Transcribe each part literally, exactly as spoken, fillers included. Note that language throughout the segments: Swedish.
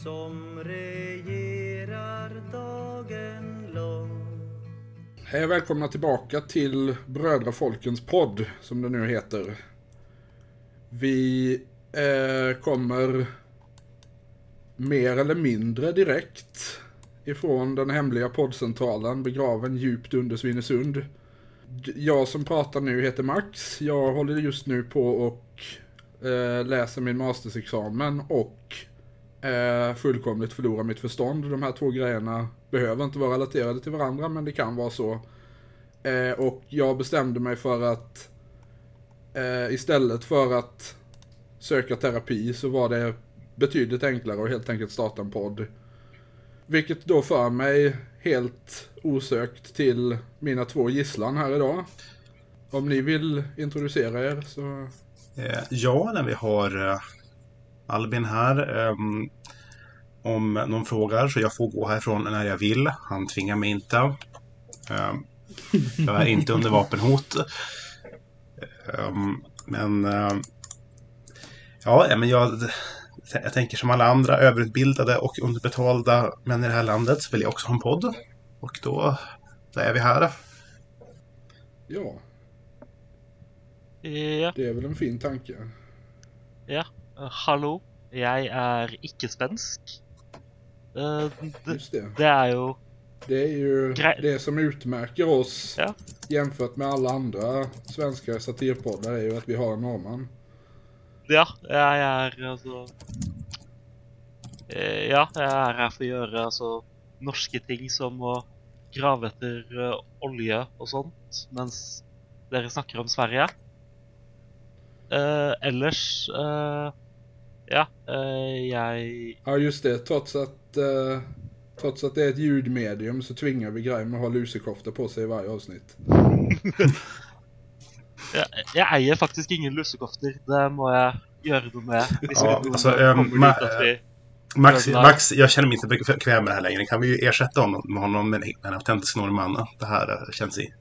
som regerar dagen lång. Hej och välkomna tillbaka till Brödrafolkens podd, som det nu heter. Vi eh, kommer mer eller mindre direkt ifrån den hemliga poddcentralen begraven djupt under Svinesund. Jag som pratar nu heter Max. Jag håller just nu på och eh, läser min mastersexamen och eh, fullkomligt förlorar mitt förstånd. De här två grejerna behöver inte vara relaterade till varandra, men det kan vara så. Eh, och jag bestämde mig för att eh, istället för att söka terapi så var det betydligt enklare att helt enkelt starta en podd. Vilket då för mig helt osökt till mina två gisslan här idag. Om ni vill introducera er så... Ja, när vi har Albin här. Um, om någon frågar så jag får gå härifrån när jag vill. Han tvingar mig inte. Um, jag är inte under vapenhot. Um, men... Um, ja, men jag... Jag tänker som alla andra överutbildade och underbetalda män i det här landet så vill jag också ha en podd. Och då, då är vi här. Ja. Ja. Det är väl en fin tanke. Ja. Uh, hallå. Jag är icke-svensk. Uh, d- Just det. det är ju... Det är ju Gre- det som utmärker oss Ja. jämfört med alla andra svenska satirpoddar är ju att vi har en norrman. Ja, jag är alltså... Eh, ja, jag är här för att göra alltså norske ting som att grave efter uh, olje och sånt, mens dere snackar om Sverige. Uh, ellers, uh, ja, uh, jag... Ja, just det. Trots att, eh, trots att det är ett ljudmedium så tvingar vi Grime att ha lusekoftor på sig i varje avsnitt. jag, jag äger faktiskt ingen lussekofter, det må jag göra det med. Ja, alltså, um, Ma- vi... Max, Max, jag känner mig inte bekväm med det här längre. Kan vi ersätta honom med honom med en autentisk norrman? Det här känns i.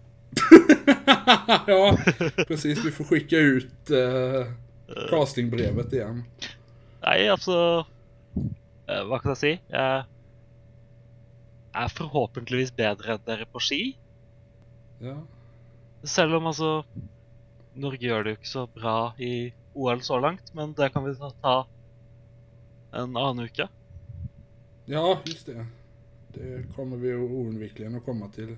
Ja, precis. Vi får skicka ut eh, castingbrevet igen. Nej, alltså... Uh, vad kan jag säga? Jag är förhoppningsvis bättre än där på ski. Ja. Selv om alltså... Norge gör det ju inte så bra i O L så långt, men det kan vi ta en annan vecka. Ja, just det. Det kommer vi oundvikligen att komma till.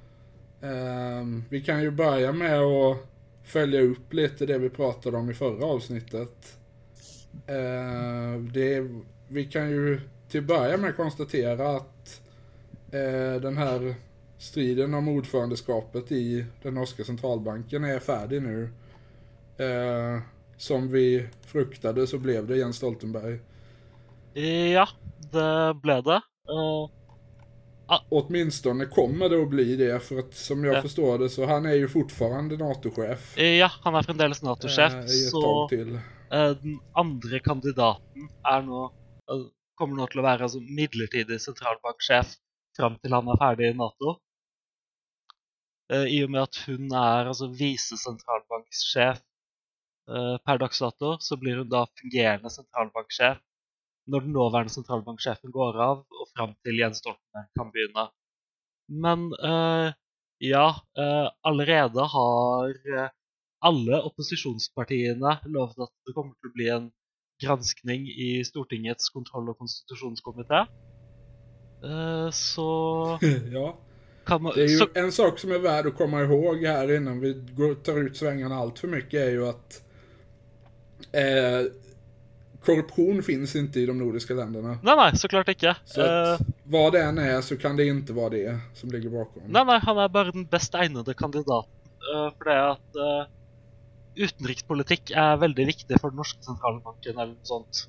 Um, vi kan ju börja med att följa upp lite det vi pratade om i förra avsnittet. Uh, det, vi kan ju till börja med konstatera att uh, den här striden om ordförandeskapet i den norska centralbanken är färdig nu. Uh, som vi fruktade så blev det Jens Stoltenberg. Ja, det blev det. Uh, ah. Åtminstone kommer det att bli det, för att som jag ja. förstår det så han är ju fortfarande NATO-chef. Ja, han är fortfarande NATO-chef. Uh, så till. Uh, den andra kandidaten är nu, uh, kommer nog till att vara alltså, midlertidig centralbankchef fram till han är färdig i NATO. Uh, I och med att hon är alltså, vice centralbankchef uh, per dags dato, så blir hon då fungerande centralbankchef när den dåvarande centralbankchefen går av och fram till Jens Stoltenberg kan börja. Men uh, ja, uh, allerede har uh, alla oppositionspartierna lovat att det kommer att bli en granskning i Stortingets kontroll- och konstitutionskommitté. Uh, så ja. Kan man, det är ju så... en sak som är värd att komma ihåg här innan vi går, tar ut svängarna allt för mycket är ju att eh, korruption finns inte i de nordiska länderna. Nej, nej, såklart inte. Så att, uh... vad det än är så kan det inte vara det som ligger bakom. Nej, nej, han är bara den bäst ägnade kandidaten. Uh, för det är att uh, utrikespolitik är väldigt viktigt för den norska centralbanken eller något sånt.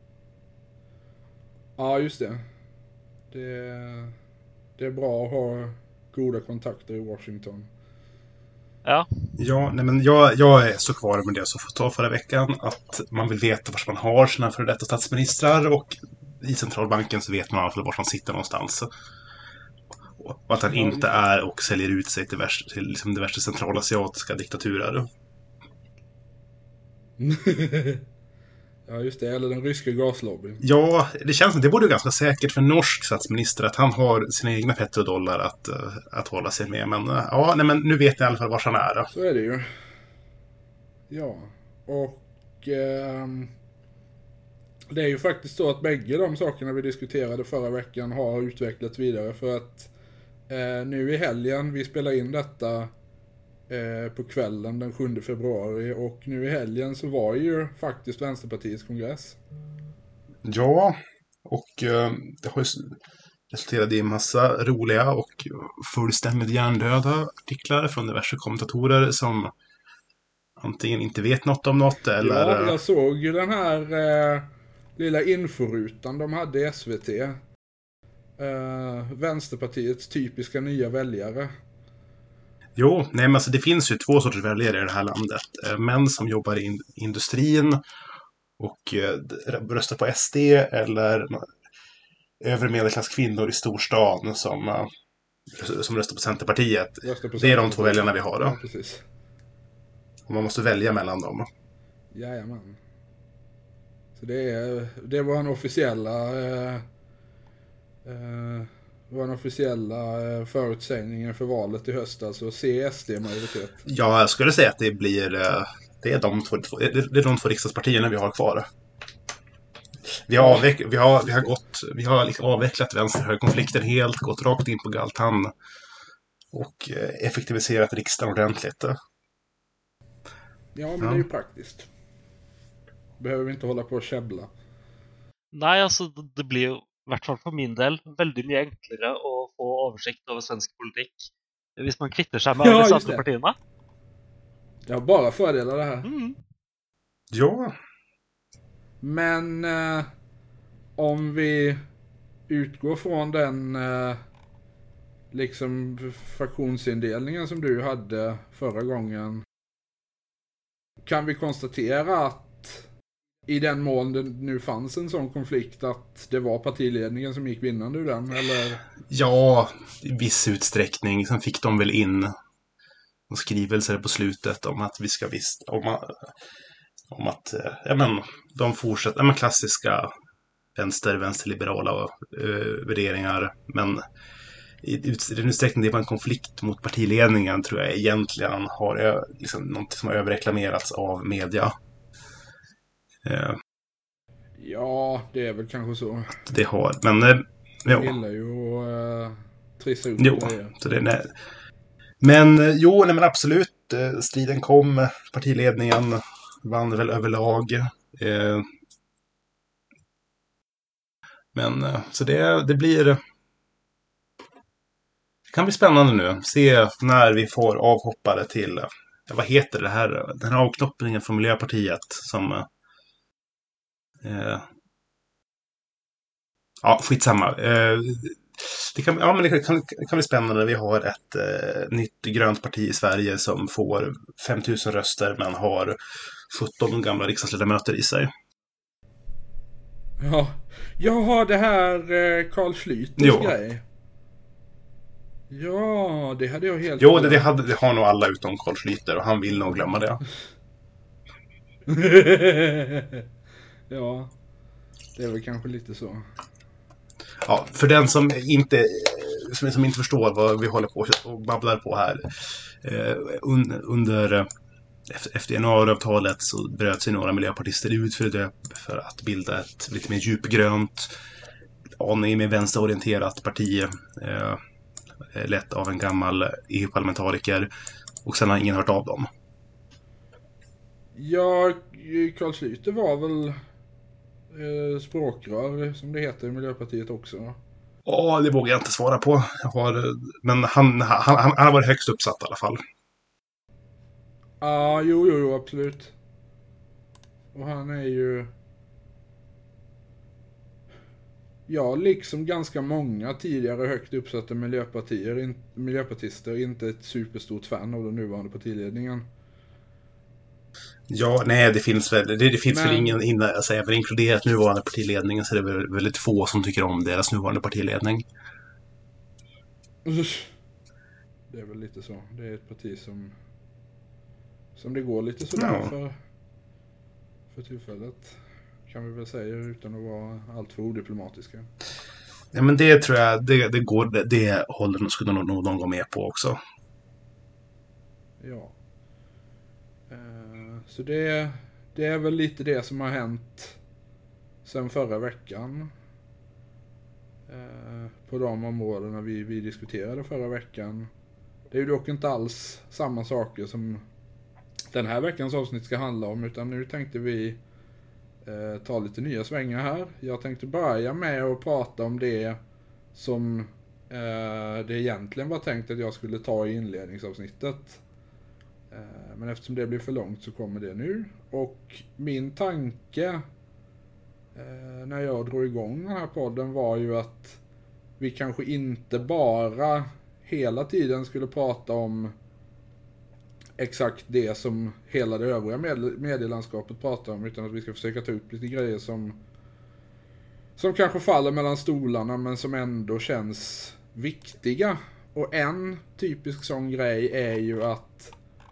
Ja, just det. Det, det är bra att ha goda kontakter i Washington. Ja. Ja, nej men jag, jag är så kvar med det som får ta förra veckan. Att man vill veta var man har sina före detta statsministrar. Och i centralbanken så vet man i alla fall var man sitter någonstans. Och att han inte är och säljer ut sig till, värst, till liksom diverse centralasiatiska diktaturer. Ja, just det. Eller den ryska gaslobbyn. Ja, det känns som det borde ganska säkert för en norsk statsminister att han har sina egna petrodollar att, uh, att hålla sig med. Men uh, ja, nej, men nu vet ni i alla fall var han är. Då. Så är det ju. Ja, och eh, det är ju faktiskt så att bägge de sakerna vi diskuterade förra veckan har utvecklats vidare för att eh, nu i helgen, vi spelar in detta eh, på kvällen den sjunde februari och nu i helgen så var ju faktiskt Vänsterpartiets kongress. Ja, och uh, det har ju resulterat i en massa roliga och fullständigt hjärndöda artiklar från diverse kommentatorer som antingen inte vet något om något eller... Ja, jag såg ju den här eh, lilla inforutan de hade i S V T. Eh, Vänsterpartiets typiska nya väljare. Jo, nej men alltså det finns ju två sorters väljare i det här landet. Eh, män som jobbar i in- industrin och eh, röstar på S D eller övre medelklass kvinnor i storstan som, eh, som röstar på Centerpartiet. Röstar på det är de två väljarna vi har då. Ja, precis. Och man måste välja mellan dem. Jajamän. Så det, är, det var en officiella eh, eh, var en officiella eh, förutsägningen för valet i höst, alltså C S D-majoritet. Ja, jag skulle säga att det blir eh, det är de två, det är de två riksdagspartierna vi har kvar. Vi har, avveck, vi har, vi har, gått, vi har liksom avvecklat vänsterhögerkonflikten helt, gått rakt in på Galtan och eh, effektiviserat riksdagen ordentligt. Ja, men Ja. det är ju praktiskt. Behöver vi inte hålla på och käbbla. Nei, altså, det blir jo, i hvert fall for min del, veldig mye enklere å få oversikt over svensk politikk hvis man kvitter seg med Ja, alle disse just andre det. partiene. Det har bara fördelar det här. Mm. Ja, Men eh, om vi utgår från den eh, liksom fraktionsindelningen som du hade förra gången, kan vi konstatera att i den mån det nu fanns en sån konflikt att det var partiledningen som gick vinnande ur den, eller? ja, i viss utsträckning. Sen fick de väl in en skrivelse på slutet om att vi ska visst om att, om att ja, men, de fortsätter, ja, men klassiska vänster, vänsterliberala uh, värderingar. Men i, i den utsträckning det var en konflikt mot partiledningen tror jag egentligen har uh, liksom, något som har överreklamerats av media. Uh, Ja, det är väl kanske så. det har, men uh, Jag ja. gillar ju att uh, trissa upp Jo, grejer. så det, nej. Men eh, jo, nej, men absolut. eh, Striden kom, partiledningen vann väl överlag. Eh, Men eh, så det, det blir... Det kan bli spännande nu. Se när vi får avhoppare till... Ja, vad heter det här? Den här avknoppningen från Miljöpartiet som... Eh, ja, skitsamma. Eh, Det kan, ja, men det kan, det kan bli spännande. Vi har ett eh, nytt grönt parti i Sverige som får fem tusen röster men har sjutton gamla riksdagsledamöter i sig. Ja, jaha, det här eh, Carl Schlüters Jo. grej. Ja, det hade jag helt... Jo, det, det, hade, det har nog alla utom Carl Schlüter och han vill nog glömma det. Ja, det är väl kanske lite så. Ja, för den som inte, som, som inte förstår vad vi håller på och babblar på här. Eh, un, under efter januariavtalet så bröt sig några miljöpartister ut för, det, för att bilda ett lite mer djupgrönt, aning mer vänsterorienterat parti. Eh, lett av en gammal E U-parlamentariker. Och sen har ingen hört av dem. Ja, Carl Schlüter var väl eh, språkrör, som det heter i Miljöpartiet också. Ja, det vågar jag inte svara på. Jag har, men han, han, han, han har varit högst uppsatt i alla fall. Ja, ah, jo, jo, jo, absolut. Och han är ju... Ja, liksom ganska många tidigare högt uppsatta miljöpartier, in, miljöpartister, inte ett superstort fan av den nuvarande partiledningen. Ja, nej, det finns väl, det, det finns Men... väl ingen, innan, alltså, även inkluderat nuvarande partiledningen så är det väl väldigt få som tycker om deras nuvarande partiledning. Det är väl lite så. Det är ett parti som som det går lite sådär Ja. för för tillfället. kan vi väl säga utan att vara allt för odiplomatiska. Ja, men det tror jag, det, det går, det, det håller, skulle nog någon gå med på också. Ja. Uh, så det, det är väl lite det som har hänt sen förra veckan. Uh, på de områdena vi, vi diskuterade förra veckan. Det är ju dock inte alls samma saker som den här veckans avsnitt ska handla om, utan nu tänkte vi eh, ta lite nya svängar här. Jag tänkte börja med att prata om det som eh, det egentligen var tänkt att jag skulle ta i inledningsavsnittet. Eh, men eftersom det blir för långt så kommer det nu. Och min tanke eh, när jag drog igång den här podden var ju att vi kanske inte bara hela tiden skulle prata om exakt det som hela det övriga med- medielandskapet pratar om, utan att vi ska försöka ta upp lite grejer som som kanske faller mellan stolarna men som ändå känns viktiga. Och en typisk sån grej är ju att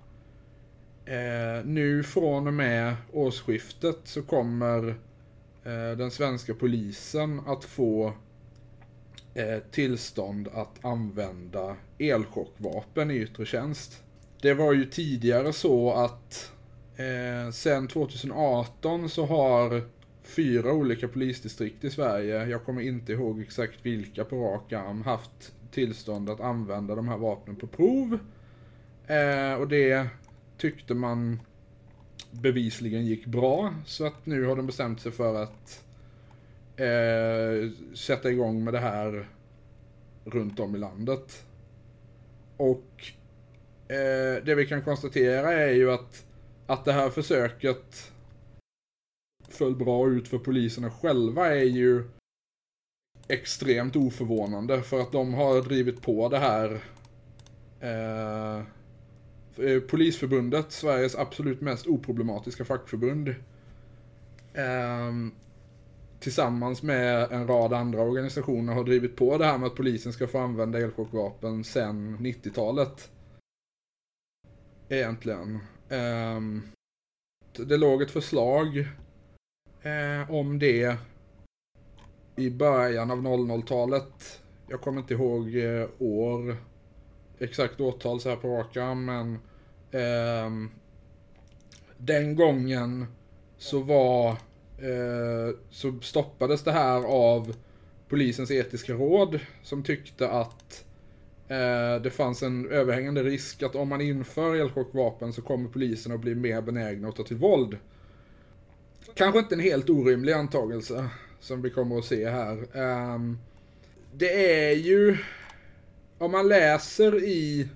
eh, nu från och med årsskiftet så kommer eh, den svenska polisen att få eh, tillstånd att använda elchockvapen i yttre tjänst. Det var ju tidigare så att eh, sen tjugoarton så har fyra olika polisdistrikt i Sverige, jag kommer inte ihåg exakt vilka på rak arm, haft tillstånd att använda de här vapnen på prov. Eh, och det tyckte man bevisligen gick bra, så att nu har de bestämt sig för att eh, sätta igång med det här runt om i landet. Och Eh, det vi kan konstatera är ju att, att det här försöket föll bra ut för poliserna själva är ju extremt oförvånande, för att de har drivit på det här. Eh, Polisförbundet, Sveriges absolut mest oproblematiska fackförbund, eh, tillsammans med en rad andra organisationer har drivit på det här med att polisen ska få använda elchockvapen sedan nittiotalet. Egentligen. Um, det låg ett förslag uh, om det i början av noll noll-talet. Jag kommer inte ihåg uh, år, exakt årtal så här på raka, men um, den gången så var uh, så stoppades det här av polisens etiska råd, som tyckte att det fanns en överhängande risk att om man inför elchockvapen så kommer polisen att bli mer benägna att ta till våld. Kanske inte en helt orimlig antagelse som vi kommer att se här. Um, det är ju, om man läser i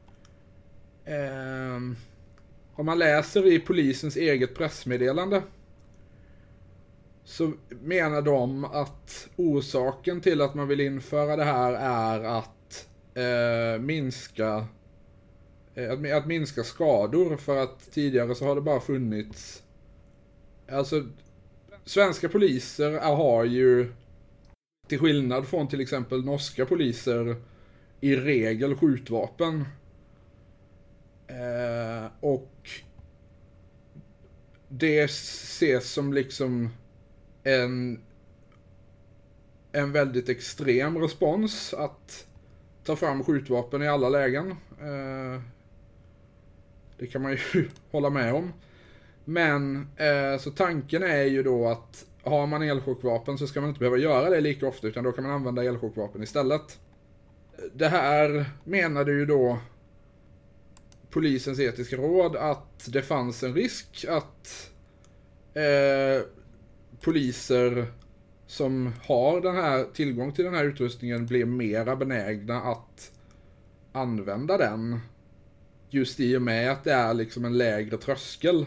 um, om man läser i polisens eget pressmeddelande, så menar de att orsaken till att man vill införa det här är att Eh, minska eh, att, att minska skador, för att tidigare så har det bara funnits, alltså svenska poliser har ju, till skillnad från till exempel norska poliser, i regel skjutvapen. Eh, och det ses som liksom en en väldigt extrem respons att ta fram skjutvapen i alla lägen. Eh, det kan man ju hålla med om. Men eh, så tanken är ju då att har man elchockvapen så ska man inte behöva göra det lika ofta, utan då kan man använda elchockvapen istället. Det här menade ju då polisens etiska råd att det fanns en risk att eh, poliser som har den här tillgång till den här utrustningen blir mera benägna att använda den, just i och med att det är liksom en lägre tröskel.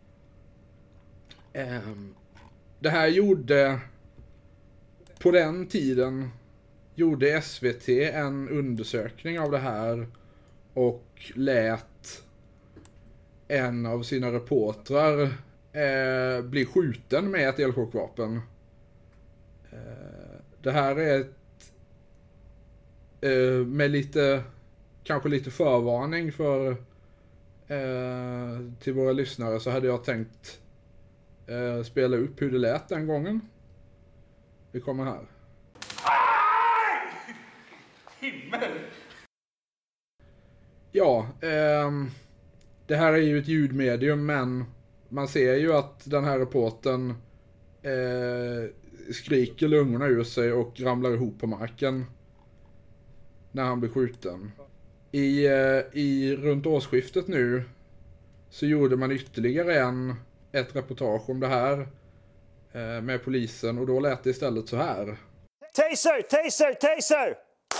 Det här gjorde, på den tiden gjorde S V T en undersökning av det här och lät en av sina reportrar eh, bli skjuten med ett elchockvapen. Det här är ett, med lite, kanske lite förvarning för till våra lyssnare, så hade jag tänkt eh, spela upp hur det lät den gången. Det kommer här. Himmel! Ja, eh, det här är ju ett ljudmedium, men man ser ju att den här reportern eh, skriker lungorna ur sig och ramlar ihop på marken när han blir skjuten. I, eh, i runt årsskiftet nu så gjorde man ytterligare en, ett reportage om det här eh, med polisen, och då lät det istället så här. Taser, taser, taser!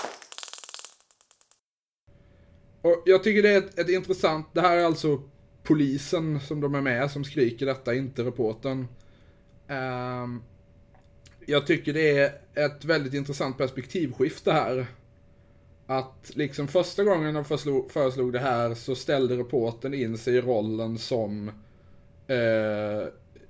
Och jag tycker det är ett, ett intressant, det här är alltså polisen som de är med som skriker detta, inte reportern. Um, jag tycker det är ett väldigt intressant perspektivskifte här. Att liksom första gången de föreslog, föreslog det här så ställde reportern in sig i rollen som eh,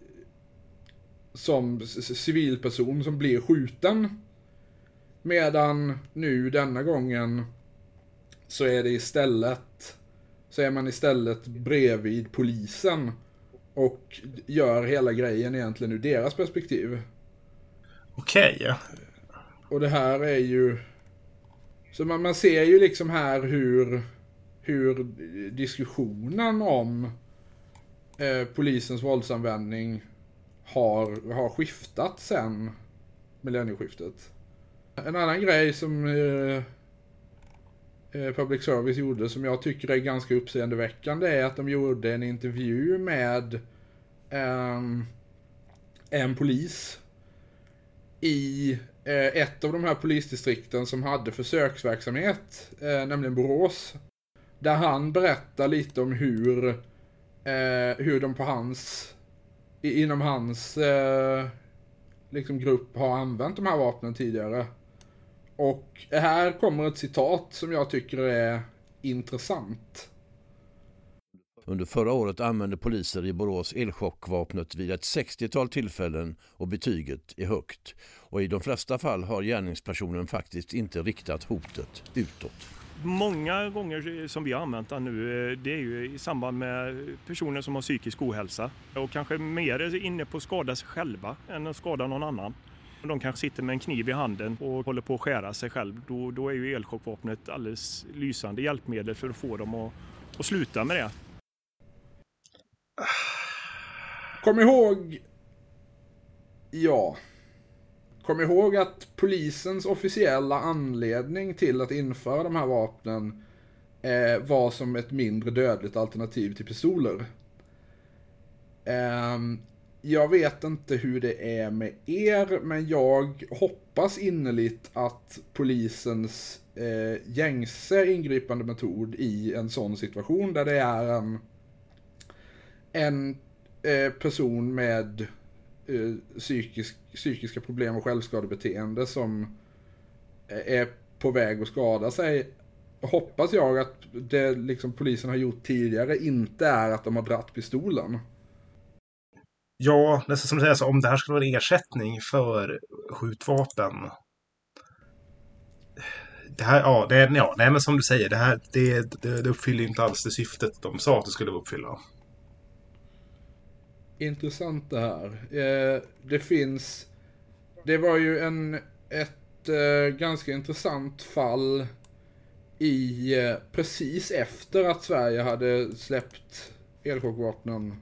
som civilperson som blir skjuten. Medan nu denna gången så är det istället så är man istället bredvid polisen och gör hela grejen egentligen ur deras perspektiv. Okej. Okay. Och det här är ju så man, man ser ju liksom här hur hur diskussionen om eh, polisens våldsanvändning har, har skiftat sen millennieskiftet. En annan grej som eh, Public Service gjorde som jag tycker är ganska uppseendeväckande är att de gjorde en intervju med um, en polis i eh, ett av de här polisdistrikten som hade försöksverksamhet, eh, nämligen Borås, där han berättar lite om hur eh, hur de på hans i, inom hans eh, liksom grupp har använt de här vapnen tidigare. Och här kommer ett citat som jag tycker är intressant. Under förra året använde poliser i Borås elchockvapnet vid ett sextiotal tillfällen och betyget är högt. Och i de flesta fall har gärningspersonen faktiskt inte riktat hotet utåt. Många gånger som vi har använt den nu, det är ju i samband med personer som har psykisk ohälsa. Och kanske mer inne på att skada sig själva än att skada någon annan. De kanske sitter med en kniv i handen och håller på att skära sig själv. Då, då är ju elchockvapnet alldeles lysande hjälpmedel för att få dem att, att sluta med det. Kom ihåg... Ja. Kom ihåg att polisens officiella anledning till att införa de här vapnen eh, var som ett mindre dödligt alternativ till pistoler. Eh, jag vet inte hur det är med er, men jag hoppas innerligt att polisens eh, gängse ingripande metod i en sån situation där det är en, en eh, person med Psykisk, psykiska problem och självskadebeteende som är på väg att skada sig, hoppas jag att det liksom polisen har gjort tidigare inte är att de har dratt pistolen. Ja, nästan som säger så, om det här skulle vara en ersättning för skjutvapen. Det här, ja, det, ja, nej men som du säger, det här det, det, det uppfyller inte alls det syftet de sa att det skulle uppfylla. Intressant det här. Eh, det finns... Det var ju en, ett eh, ganska intressant fall i eh, precis efter att Sverige hade släppt elchockvapnen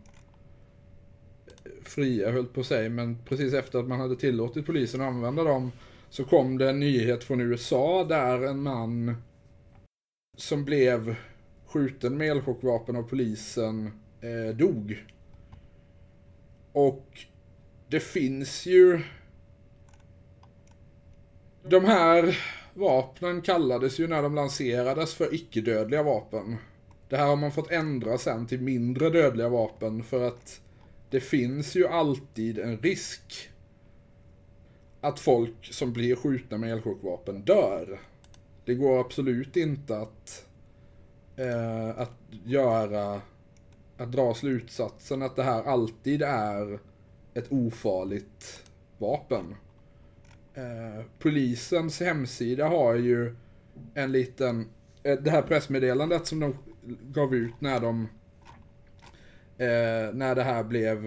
fria, höll på sig, men precis efter att man hade tillåtit polisen att använda dem så kom det en nyhet från U S A där en man som blev skjuten med elchockvapen av polisen eh, dog. Och det finns ju... De här vapnen kallades ju när de lanserades för icke-dödliga vapen. Det här har man fått ändra sen till mindre dödliga vapen för att det finns ju alltid en risk att folk som blir skjutna med elchockvapen dör. Det går absolut inte att, eh, att göra... att dra slutsatsen att det här alltid är ett ofarligt vapen. Eh, polisens hemsida har ju en liten... Eh, det här pressmeddelandet som de gav ut när de... Eh, när det här blev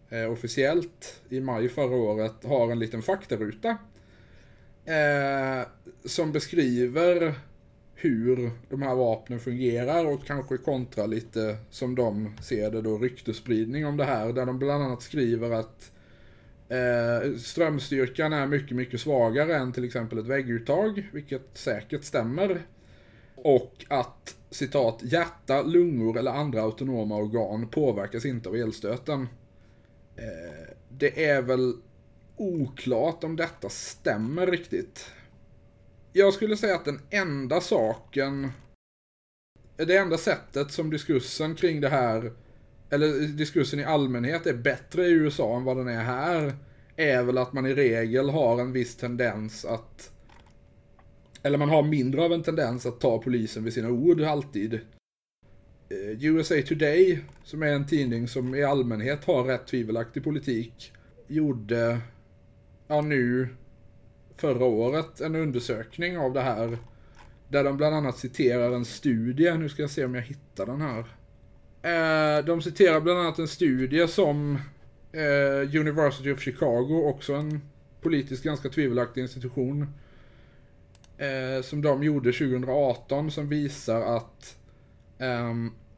eh, officiellt i maj förra året har en liten faktaruta eh, som beskriver hur de här vapnen fungerar och kanske kontra lite som de ser det då ryktespridning om det här, där de bland annat skriver att eh, strömstyrkan är mycket mycket svagare än till exempel ett vägguttag, vilket säkert stämmer, och att citat hjärta, lungor eller andra autonoma organ påverkas inte av elstöten. Eh, det är väl oklart om detta stämmer riktigt. Jag skulle säga att den enda saken, det enda sättet som diskursen kring det här, eller diskursen i allmänhet är bättre i U S A än vad den är här, är väl att man i regel har en viss tendens att, eller man har mindre av en tendens att ta polisen vid sina ord alltid. U S A Today, som är en tidning som i allmänhet har rätt tvivelaktig politik, gjorde ja nu förra året en undersökning av det här, där de bland annat citerar en studie. Nu ska jag se om jag hittar den här. Eh, de citerar bland annat en studie som eh, University of Chicago, också en politiskt ganska tvivelaktig institution, eh, som de gjorde tjugo arton, som visar att eh,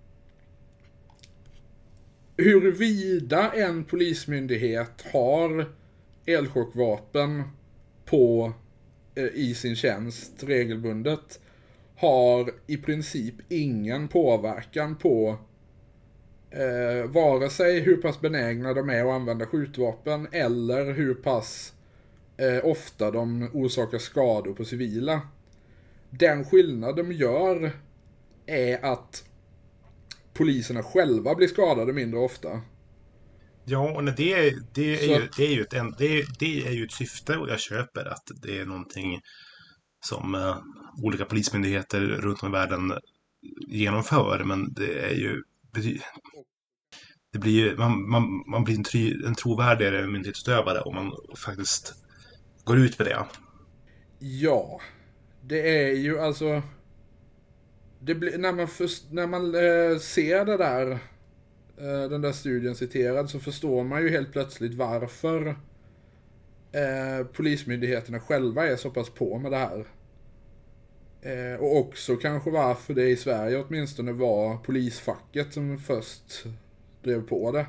huruvida en polismyndighet har elchockvapen på eh, i sin tjänst regelbundet har i princip ingen påverkan på eh, vare sig hur pass benägna de är att använda skjutvapen eller hur pass eh, ofta de orsakar skador på civila. Den skillnad de gör är att poliserna själva blir skadade mindre ofta. Ja, och det, är, det, är ju, att... det, är ju ett, det, är, det är ju ett syfte, och jag köper att det är någonting som uh, olika polismyndigheter runt om i världen genomför, men det är ju det blir ju, man, man, man blir en, try, en trovärdigare myndighetsutövare om man faktiskt går ut med det. Ja, det är ju alltså det blir, när man, först, när man äh, ser det där den där studien citerad, så förstår man ju helt plötsligt varför eh, polismyndigheterna själva är så pass på med det här. Eh, och också kanske varför det i Sverige åtminstone var polisfacket som först drev på det.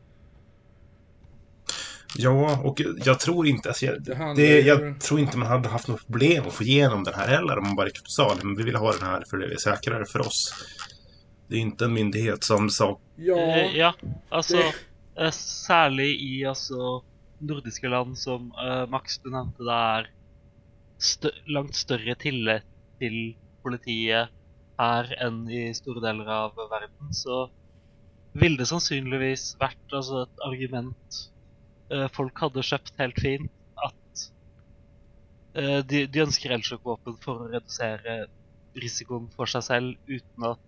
Ja, och jag tror inte alltså jag, det det, jag ju... tror inte man hade haft något problem att få igenom den här heller, om man bara sa men vi vill ha den här för det är säkrare för oss. Det är inte en myndighet som sa... Ja, eh, ja alltså det... eh, särskilt i alltså, nordiska land som eh, Max du nämnde, det är st långt större tillit till politiet här än i stora delar av världen, så vill det sannsynligvis varit alltså, ett argument eh, folk hade köpt helt fint att eh, de, de önskar elchockvapen för att reducera risken för sig själv utan att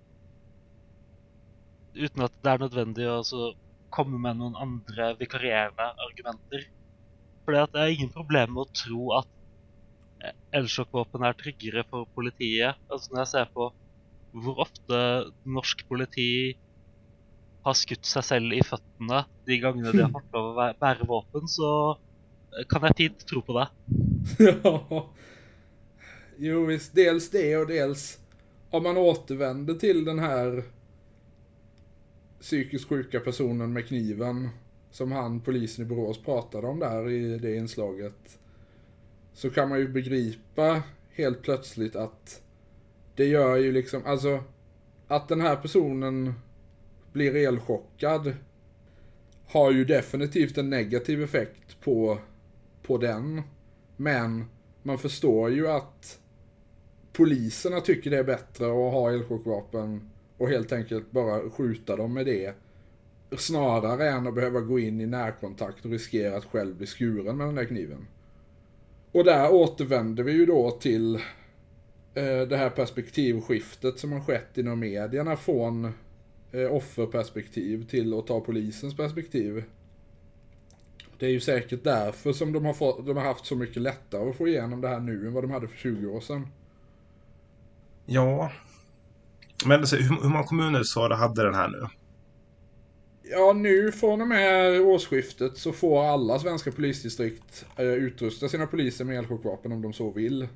utan att det är nödvändigt att alltså, komma med någon andra vikarierande argumenter. För det är ingen problem med att tro att elchockvapen är tryggare för politiet. Alltså när jag ser på hur ofta norsk politi har skutt sig själv i fötterna de gångerna de har fått lov att bära vapen, så kan jag fint tro på det. Ja. Jo visst, dels det och dels om man återvänder till den här psykiskt sjuka personen med kniven som han, polisen i Borås, pratade om där i det inslaget, så kan man ju begripa helt plötsligt att det gör ju liksom, alltså att den här personen blir elchockad har ju definitivt en negativ effekt på, på den, men man förstår ju att poliserna tycker det är bättre att ha elchockvapen och helt enkelt bara skjuta dem med det, snarare än att behöva gå in i närkontakt och riskera att själv bli skuren med den där kniven. Och där återvänder vi ju då till eh, det här perspektivskiftet som har skett inom medierna från eh, offerperspektiv till att ta polisens perspektiv. Det är ju säkert därför som de har, fått, de har haft så mycket lättare att få igenom det här nu än vad de hade för tjugo år sedan. Ja, men alltså, hur, hur många kommuner sa det hade den här nu? Ja, nu från och med årsskiftet så får alla svenska polisdistrikt eh, utrusta sina poliser med elchockvapen om de så vill.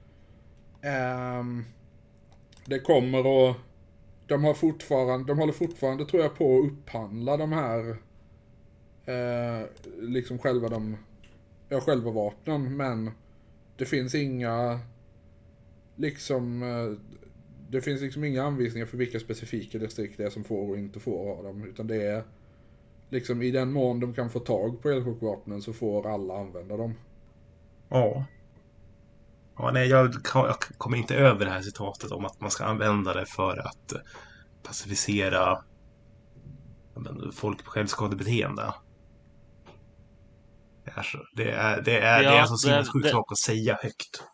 Um, det kommer att... De har fortfarande, de håller fortfarande tror jag på att upphandla de här eh, liksom själva de ja, själva vapnen, men det finns inga liksom eh, det finns liksom inga anvisningar för vilka specifika distrikt det är som får och inte får ha dem, utan det är liksom i den mån de kan få tag på elchockvapnen så får alla använda dem. Ja. Ja, nej, jag, jag kommer inte över det här citatet om att man ska använda det för att pacificera men, folk på självskadebeteende. Det är, så, det är, det är, Ja, det är en så sinnessjuk det- sak att säga högt.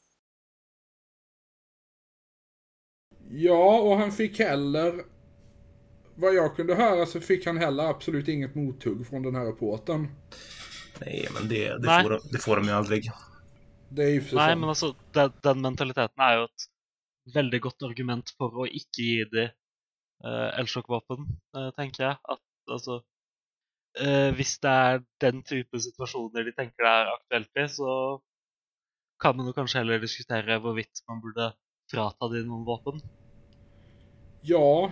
Ja, och han fick heller, vad jag kunde höra så fick han heller absolut inget mothugg från den här reportern. Nej, men det, det, Nej. får, de- det får de ju aldrig. Det är ju för Nei, sånt. men altså, den, den mentaliteten er jo et veldig godt argument for å ikke gi det uh, elsjokkvåpen, eh, tenker jeg. At altså eh, Hvis det er den type situasjoner de tenker det er aktuelt i, så kan man jo kanskje heller diskutere hvorvidt man burde frata de noen våpen. Ja,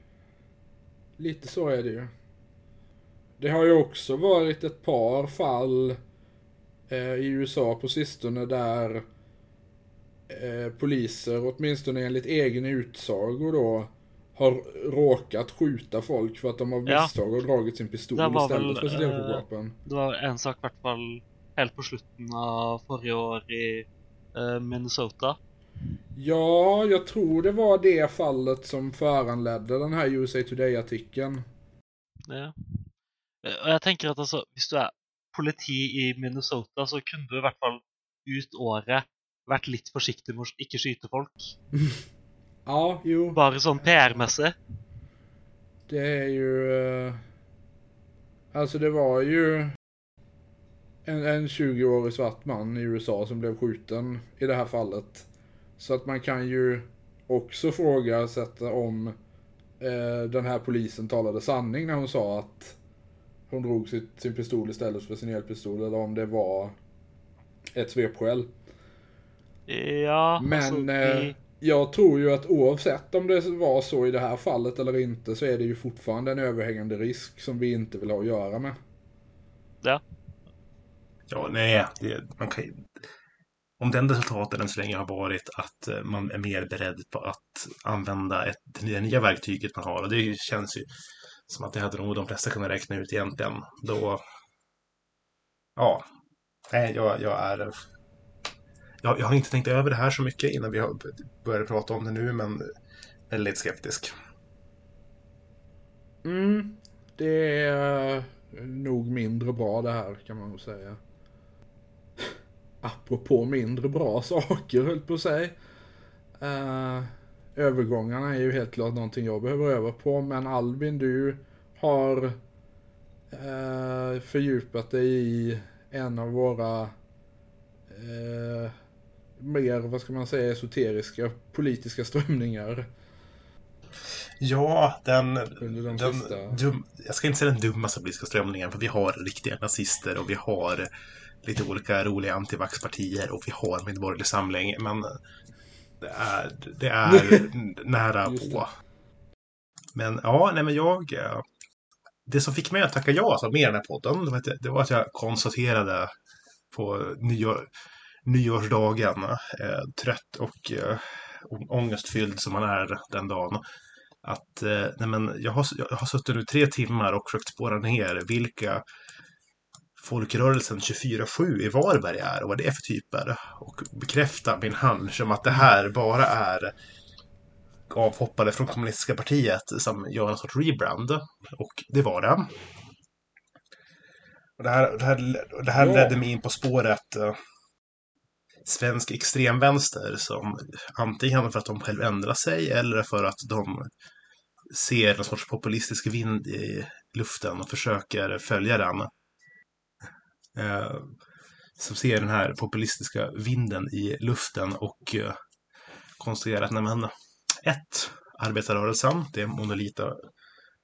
lite så är det ju. Det har ju också varit ett par fall eh, i U S A på sistone där eh, poliser, åtminstone enligt egen utsago då, har råkat skjuta folk för att de av Ja. misstag har dragit sin pistol Det var istället väl, för sitt eh, elchockvapen. Det var en sak i hvert fall helt på slutten av forrige år i eh, Minnesota. Ja, jag tror det var det fallet som föranledde den här U S A Today-artikeln. Ja. Eh, Og jeg tenker at altså, hvis du er politi i Minnesota, så kunne du i hvert fall ut året vært litt forsiktig med å ikke skyte folk. Ja, jo. Bare sånn P R-messig. Det är ju... eh, Alltså det var ju en, en tjugo-årig svart man i U S A som blev skjuten i det här fallet. Så att man kan ju också frågasätta om eh, den här polisen talade sanning när hon sa att hon drog sitt, sin pistol istället för sin elpistol, eller om det var ett svepskäl. Ja, Men altså eh, de, jag tror ju att oavsett om det var så i det här fallet eller inte, så är det ju fortfarande en överhängande risk som vi inte vill ha att göra med. Ja. Ja, nej. Det, man kan, om den resultatet än så länge har varit att eh, man är mer beredd på att använda ett, det nya verktyget man har. Och det känns ju som att det hade nog de flesta kunnat räkna ut egentligen. Då, ja, nej, jag, jag är... Jag, jag har inte tänkt över det här så mycket innan vi har börjat prata om det nu, men väldigt skeptisk. Mm, det är nog mindre bra det här, kan man nog säga. Apropå mindre bra saker, höll på att säga. Uh, övergångarna är ju helt klart någonting jag behöver öva på, men Albin, du har uh, fördjupat dig i en av våra uh, mer, vad ska man säga, esoteriska politiska strömningar. Ja, den, Under de den sista- dum, jag ska inte säga den dummaste politiska strömningen, för vi har riktiga nazister och vi har lite olika roliga antivaxpartier och vi har Medborgerlig Samling, men det är, det är nära Just på. det. Men ja, nej men jag... eh, Det som fick mig att tacka ja alltså, med den här podden, det var, att, det var att jag konstaterade på nyår, nyårsdagen, eh, trött och eh, ångestfylld som man är den dagen, att eh, nej men, jag, har, jag har suttit nu tre timmar och försökt spåra ner vilka folkrörelsen tjugofyra sju i Varberg är och vad det är för typer, och bekräfta min hunch om att det här bara är avhoppade från kommunistiska partiet som gör en sorts rebrand, och det var det. Och det här, det här, det här Ja. ledde mig in på spåret eh, svensk extremvänster, som antingen för att de själv ändrar sig eller för att de ser en sorts populistisk vind i luften och försöker följa den. Eh, som ser den här populistiska vinden i luften och eh, konstaterar att nej men, ett, arbetarrörelsen, det monolita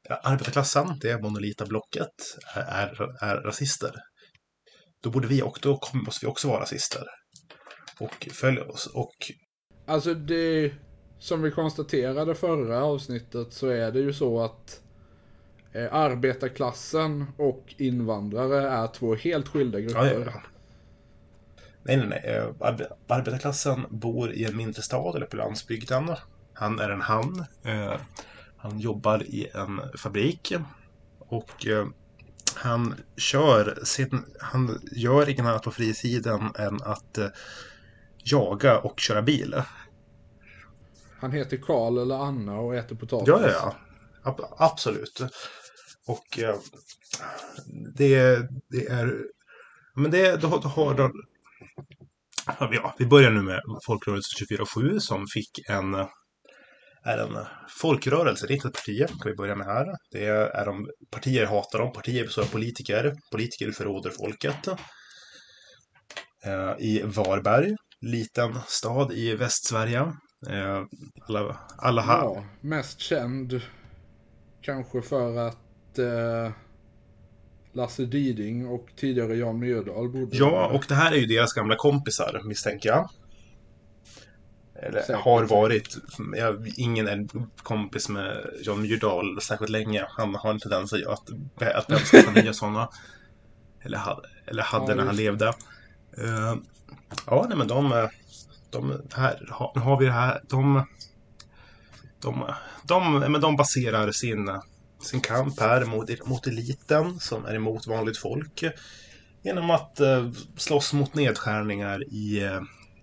arbetarklassen, det monolita blocket, är, är rasister. Då borde vi och då måste vi också vara rasister. Och följa oss. Och... Alltså det, som vi konstaterade förra avsnittet, så är det ju så att eh, arbetarklassen och invandrare är två helt skilda grupper. Ja, ja, ja. Nej, nej, nej. Ar- arbetarklassen bor i en mindre stad eller på landsbygden. Han är en han. Eh, han jobbar i en fabrik. Och eh, han kör sin, han gör inget annat på fritiden än att eh, jaga och köra bil. Han heter Karl eller Anna och äter potatis. Ja, ja, ja. Ab- absolut. Och eh, det, det är... Men det, då, då har de... Ja, vi börjar nu med Folkrörelse tjugofyra sju som fick en... är en folkrörelse, det är inte ett parti, kan vi börja med här. Det är de, partier hatar dem, partier består av politiker. Politiker förråder folket. Eh, I Varberg, liten stad i Västsverige. Eh, alla, alla här. Ja, mest känd kanske för att eh, Lasse Diding och tidigare Jan Myrdal bodde. Ja, och det här är ju deras gamla kompisar, misstänker jag. Eller Säkert. har varit. Jag, ingen är kompis med Jan Myrdal särskilt länge. Han har en tendens att, att, att skaffa nya sådana. Eller, hade, eller hade Ja, när han just. levde. Uh, ja, nej, men de, de här ha, nu har vi det här. De, de, de, men de baserar sin, sin kamp här mot, mot eliten som är emot vanligt folk. Genom att uh, slåss mot nedskärningar i... Uh,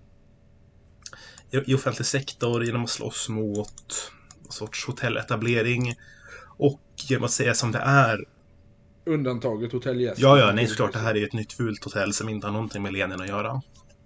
i offentlig sektor, genom att slåss mot en sorts hotelletablering och genom att säga som det är. Undantaget hotellgäster. Ja, ja, nej, såklart, det här är ett nytt fult hotell som inte har någonting med Lenin att göra.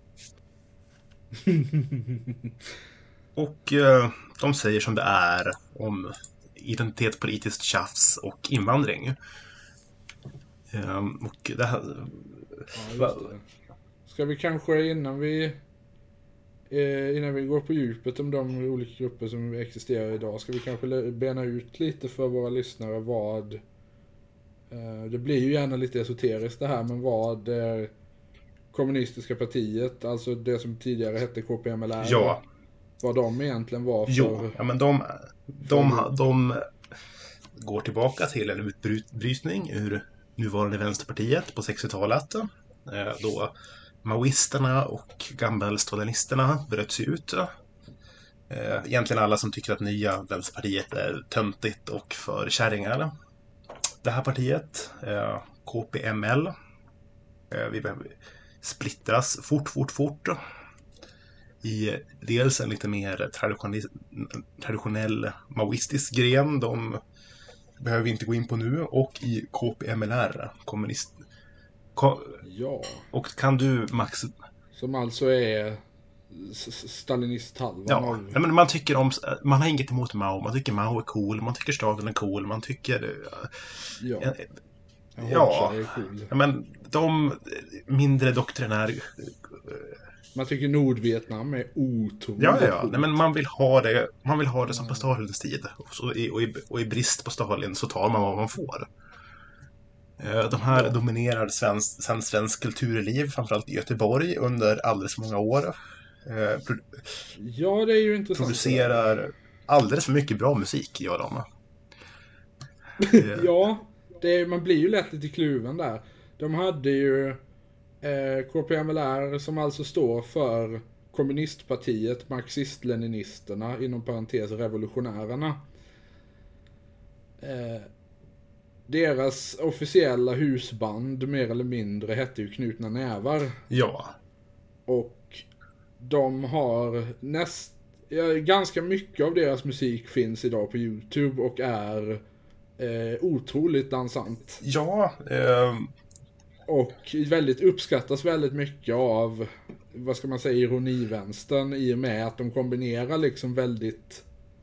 Och eh, de säger som det är om identitetspolitiskt tjafs och invandring. Eh, och det här... Ja, just det. Ska vi kanske innan vi Eh, innan vi går på djupet om de olika grupper som existerar idag, ska vi kanske bena ut lite för våra lyssnare vad eh, det blir ju gärna lite esoteriskt det här, men vad eh, kommunistiska partiet, alltså det som tidigare hette K P M L R, Ja. vad de egentligen var för... Jo, ja, men de, de, de går tillbaka till en utbrytning ur nuvarande Vänsterpartiet på sextiotalet, eh, då maoisterna och gammelstalionisterna bröts ut. Egentligen alla som tycker att nya Vänsterpartiet är töntigt och för kärringar. Det här partiet, K P M L, vi behöver splittras fort, fort, fort. I dels en lite mer traditionell maoistisk gren, de behöver vi inte gå in på nu, och i K P M L R, kommunist. Ja. Och kan du, Max... Som alltså är stalinist-halvan ja, av... men man tycker om... Man har inget emot Mao. Man tycker Mao är cool. Man tycker staden är cool. Man tycker... Ja. Ja. Ja. Är cool. Ja, men de mindre doktrinär... Man tycker Nordvietnam är otroligt. Ja, ja. Nej, men man vill ha det, man vill ha det som på Stalins tid. Och, så, och, i, och i brist på Stalin så tar man vad man får. De här ja. dominerar svensk, svensk, svensk kulturliv, framförallt i Göteborg, under alldeles för många år. Pro- ja, det är ju intressant. Producerar alldeles för mycket bra musik, gör de. Ja, det är, man blir ju lätt lite kluven där. De hade ju eh, K P M L R som alltså står för kommunistpartiet, marxist-leninisterna, inom parentes revolutionärerna. Eh, Deras officiella husband, mer eller mindre, hette ju Knutna Nävar. Ja. Och de har näst, ja, ganska mycket av deras musik finns idag på YouTube och är eh, otroligt dansant. Ja. Eh... Och väldigt uppskattas väldigt mycket av, vad ska man säga, ironivänstern, i och med att de kombinerar liksom väldigt...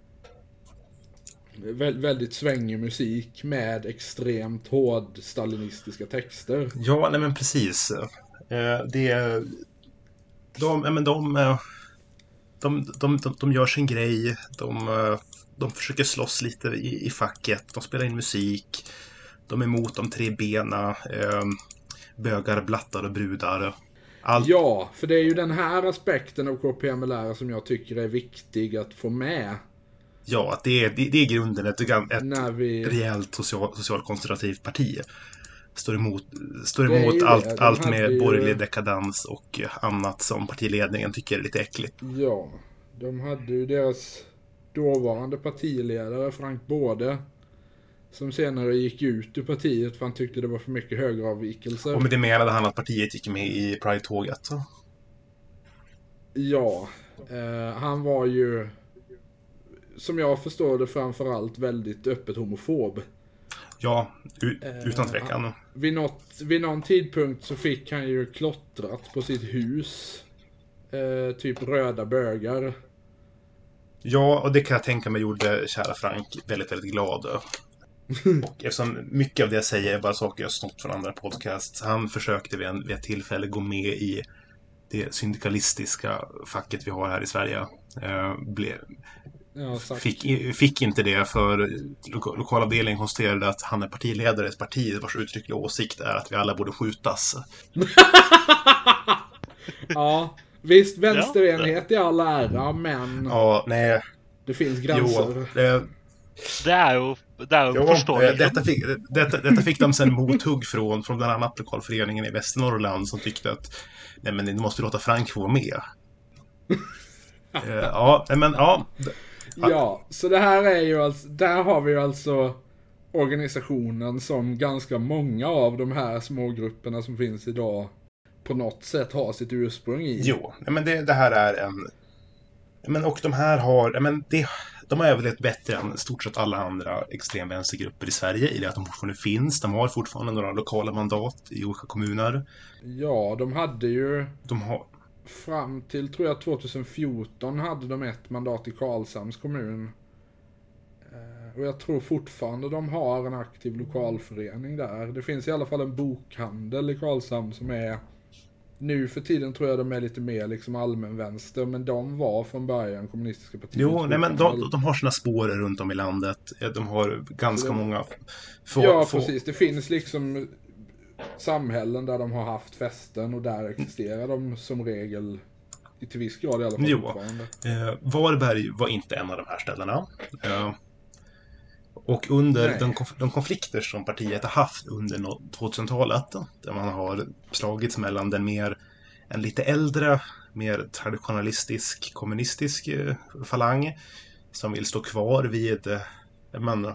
Vä- väldigt svängig musik med extremt hård stalinistiska texter. Ja, nej men precis. Eh, det de, men de, de, de, de, de gör sin grej. De, de försöker slåss lite i, i facket. De spelar in musik. De är emot de tre bena. Eh, bögar, blattar och brudar. Allt. Ja, för det är ju den här aspekten av K P M L R som jag tycker är viktig att få med. Ja, att det är, det, det är grunden ett, ett När vi... rejält social, socialkonservativt parti. Står emot, står emot allt, allt med ju... borgerlig dekadans och annat som partiledningen tycker är lite äckligt. Ja, de hade ju deras dåvarande partiledare Frank Både, som senare gick ut ur partiet för han tyckte det var för mycket högeravvikelser. Och med det menade han att partiet gick med i Pride-tåget. Ja, eh, han var ju, som jag förstår det, framförallt väldigt öppet homofob. Ja, u- utan tvekan. Eh, vid, något, vid någon tidpunkt så fick han ju klottrat på sitt hus. Eh, typ röda bögar. Ja, och det kan jag tänka mig gjorde kära Frank väldigt, väldigt glad. Och eftersom mycket av det jag säger är bara saker jag snott från andra podcasts. Han försökte vid, en, vid ett tillfälle gå med i det syndikalistiska facket vi har här i Sverige. Eh, blev, Ja, fick, fick inte det för lo- lokalavdelningen konstaterade att han är partiledare i ett parti vars uttryckliga åsikt är att vi alla borde skjutas. Ja, visst, vänsterenhet i all ära, men Ja, nej. det finns gränser. Jo, det, Det är ju, det är ju jo, förståeligt. detta, fick, detta, detta fick de sen mothugg från, från bland annat lokalföreningen i Västernorrland som tyckte att nej, men ni måste låta Frank få vara med. uh, ja, men ja. Ja, så det här är ju alltså, där har vi ju alltså organisationen som ganska många av de här smågrupperna som finns idag på något sätt har sitt ursprung i. Jo, men det, det här är en... Men, och de här har... Men det, de har överlevt bättre än stort sett alla andra extremvänstergrupper i Sverige i det att de fortfarande finns. De har fortfarande några lokala mandat i olika kommuner. Ja, de hade ju... De har... Fram till, tror jag, tjugohundrafjorton hade de ett mandat i Karlshamns kommun. Och jag tror fortfarande de har en aktiv lokalförening där. Det finns i alla fall en bokhandel i Karlshamn som är... Nu för tiden tror jag de är lite mer liksom allmän vänster, men de var från början kommunistiska partiet. Jo, nej, men de, de har sina spår runt om i landet. De har ganska de, många... Få, ja, få... precis. Det finns liksom samhällen där de har haft festen och där existerar de som regel i till viss grad i alla fall. Jo, eh, Varberg var inte en av de här ställena. Eh, och under de, konf- de konflikter som partiet har haft under tvåtusentalet, där man har slagits mellan den mer, en lite äldre, mer traditionalistisk, kommunistisk eh, falang som vill stå kvar vid eh, men,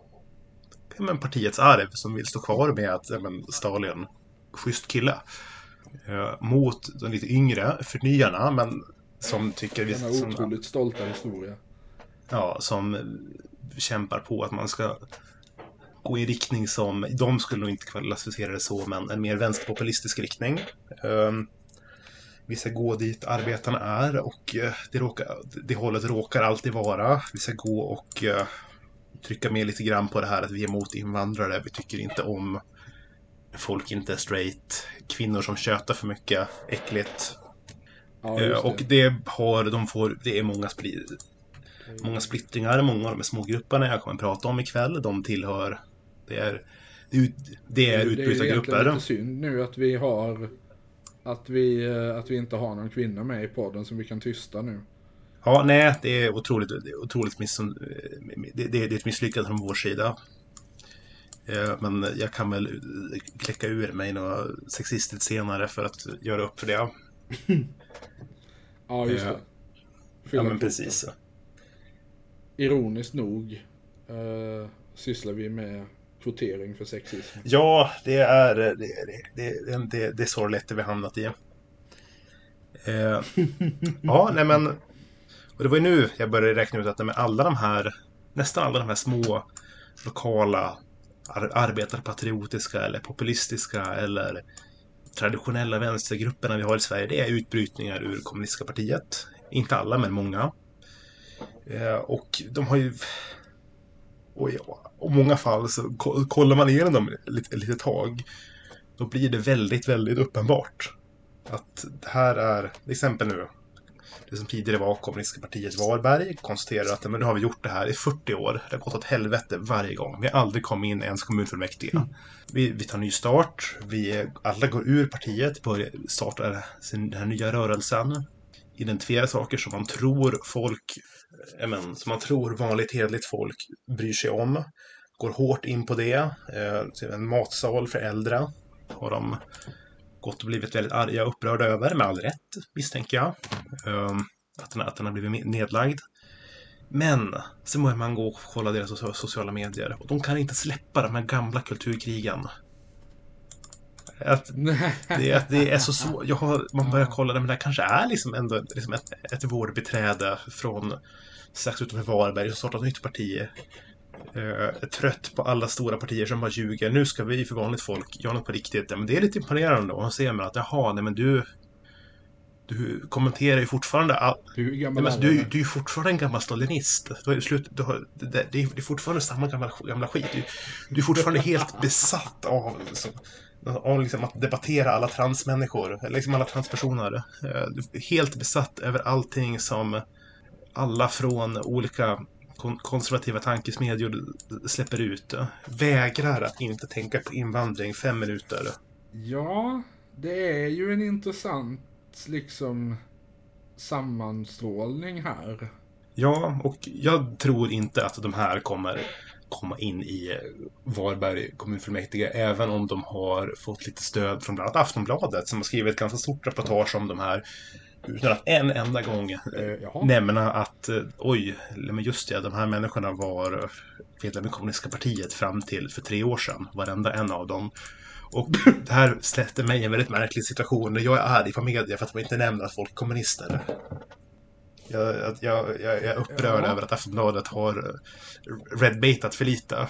men partiets arv, som vill stå kvar med att men, Stalin, schysst kille, eh, mot de lite yngre förnyarna, men som tycker... Den här otroligt stolta historia. Ja, som kämpar på att man ska gå i riktning som, de skulle nog inte klassificera det så, men en mer vänsterpopulistisk riktning. Um, vi ska gå dit arbetarna är och uh, det, råkar, det hållet råkar alltid vara. Vi ska gå och uh, trycka med lite grann på det här att vi är emot invandrare. Vi tycker inte om folk inte är straight, kvinnor som tjötar för mycket, äckligt. Ja, uh, och det har, de får, det är många sprid. Många splittringar, många av de här smågrupperna jag kommer att prata om ikväll, de tillhör, det är, det är utbytta grupper. Det är lite synd nu att vi har, att vi, att vi inte har någon kvinna med i podden som vi kan tysta nu. Ja, nej, det är otroligt, det är otroligt miss, det, det är ett misslyckande från vår sida. Men jag kan väl kläcka ur mig något sexistiskt senare för att göra upp för det. Ja, just det. Fylla ja, men precis. Ironiskt nog uh, sysslar vi med kvotering för sexism. Ja, det är det, det, det, det, det är sorgligt det vi hamnat i. Uh, ja, nej men och det var ju nu jag började räkna ut att med alla de här, nästan alla de här små lokala ar- arbetarpatriotiska eller populistiska eller traditionella vänstergrupperna vi har i Sverige, det är utbrytningar ur kommunistiska partiet. Inte alla, men många. Eh, och de har ju och i många fall så kollar man igenom dem lite, lite tag, då blir det väldigt, väldigt uppenbart att det här är, till exempel nu det som tidigare var Kommunistiska partiet Varberg, konstaterar att men nu har vi gjort det här i fyrtio år. Det har gått åt helvete varje gång. Vi har aldrig kommit in ens kommunfullmäktige. Mm. Vi, vi tar ny start. Vi alla går ur partiet, börjar starta den här nya rörelsen. Identifiera saker som man tror folk, men, som man tror vanligt hederligt folk bryr sig om. Går hårt in på det. Eh, en matsal för äldre har de gått och blivit väldigt arga och upprörda över, med all rätt, misstänker jag. Eh, att, den, att den har blivit nedlagd. Men så måste man gå och kolla deras sociala medier. Och de kan inte släppa de här gamla kulturkrigen. Att det, att det är så svårt. Jag har, man börjar kolla det, men det kanske är liksom ändå liksom ett, ett vårdbiträde från strax utanför Varberg som startat ett nytt parti. Uh, trött på alla stora partier som bara ljuger. Nu ska vi för vanligt folk göra något på riktigt. Men det är lite imponerande och man ser man att jaha, nej men du du kommenterar ju fortfarande all... du, är nej, men, du, du är ju fortfarande en gammal stalinist. Du har slut, du har, det, det, är, det är fortfarande samma gamla, gamla skit. Du, du är fortfarande helt besatt av, liksom, av liksom, att debattera alla transmänniskor, eller liksom alla transpersoner. Du är helt besatt över allting som alla från olika konservativa tankesmedjor släpper ut. Vägrar att inte tänka på invandring fem minuter. Ja, det är ju en intressant liksom sammanstrålning här. Ja, och jag tror inte att de här kommer komma in i Varberg kommunfullmäktige, även om de har fått lite stöd från bland annat Aftonbladet som har skrivit ett ganska stort reportage om de här, utan att en enda gång eh, nämna att eh, oj, men just det, de här människorna var medlemmar i Kommunistiska partiet fram till för tre år sedan, varenda en av dem. Och det här sätter mig i en väldigt märklig situation där jag är arg på media för att man inte nämner att folk är kommunister. Jag, jag, jag, jag är upprörd ja. över att Aftonbladet har redbaitat för lite.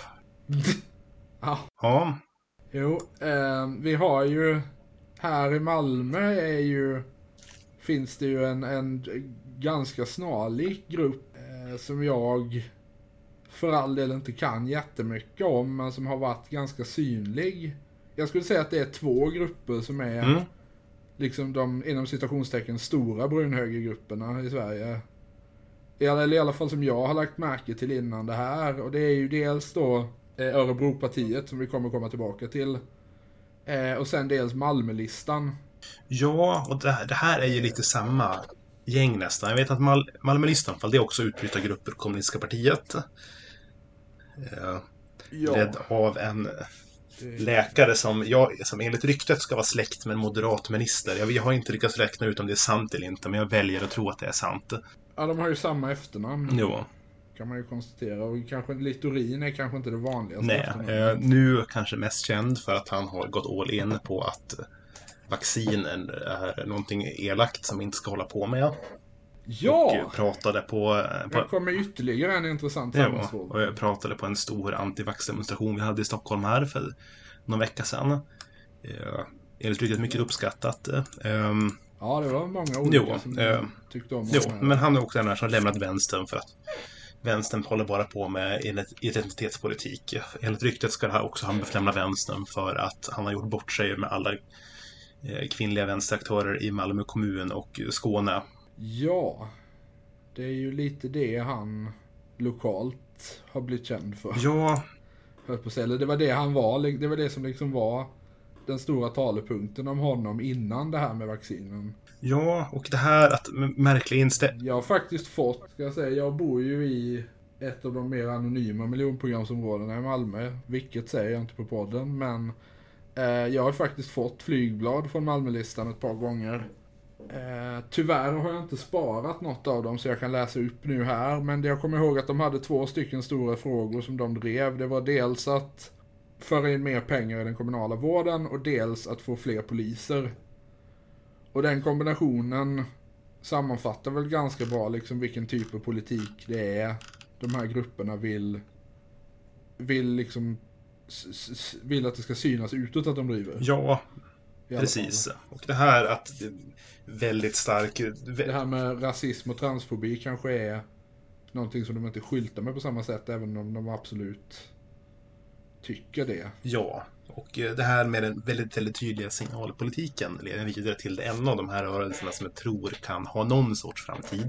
Ja. Ja. Jo, eh, vi har ju här i Malmö är ju finns det ju en, en ganska snarlik grupp eh, som jag för all del inte kan jättemycket om, men som har varit ganska synlig. Jag skulle säga att det är två grupper som är mm. liksom de inom citationstecken stora brunhögergrupperna i Sverige. Eller i alla fall som jag har lagt märke till innan det här. Och det är ju dels då eh, Örebropartiet som vi kommer komma tillbaka till. Eh, och sen dels Malmölistan. Ja, och det, det här är ju lite samma gäng nästan. Jag vet att Mal- Malmölistan, det är också utbrytargrupper i Kommunistiska partiet. Eh, ja. Ledd av en läkare som, jag, som enligt ryktet ska vara släkt med en moderat minister. Jag, jag har inte lyckats räkna ut om det är sant eller inte, men jag väljer att tro att det är sant. Ja, de har ju samma efternamn. Jo. Kan man ju konstatera. Och kanske Littorin är kanske inte det vanligaste. Nej, eh, nu kanske mest känd för att han har gått all in på att vaccinen är någonting elakt som vi inte ska hålla på med. Ja! Och pratade på... på det kommer ytterligare en intressant sammanstrålning. Och jag pratade på en stor antivax-demonstration vi hade i Stockholm här för någon vecka sedan. Enligt riktigt mycket uppskattat. Um, ja, det var många olika jo, som uh, tyckte om jo, men han är också den här som lämnat vänstern för att vänstern håller bara på med identitetspolitik. Enligt ryktet ska det här också han lämna vänstern för att han har gjort bort sig med alla kvinnliga vänsteraktörer i Malmö kommun och Skåne. Ja, det är ju lite det han lokalt har blivit känd för. Ja. Eller det var det han var, det var det som liksom var den stora talepunkten om honom innan det här med vaccinen. Ja, och det här att märklig inställning. Jag har faktiskt fått, ska jag säga, jag bor ju i ett av de mer anonyma miljonprogramsområdena i Malmö, vilket säger jag inte på podden, men eh, jag har faktiskt fått flygblad från Malmölistan ett par gånger. Eh, tyvärr har jag inte sparat något av dem så jag kan läsa upp nu här, men jag kommer ihåg att de hade två stycken stora frågor som de drev. Det var dels att föra in mer pengar i den kommunala vården och dels att få fler poliser. Och den kombinationen sammanfattar väl ganska bra liksom vilken typ av politik det är de här grupperna vill vill liksom s- s- vill att det ska synas utåt att de driver. Ja, precis. Och det här att det är väldigt stark... Det här med rasism och transfobi kanske är någonting som de inte skyltar med på samma sätt, även om de absolut tycker det. Ja, Och det här med den väldigt, väldigt tydliga signalpolitiken leder vidare till en av de här rörelserna som jag tror kan ha någon sorts framtid.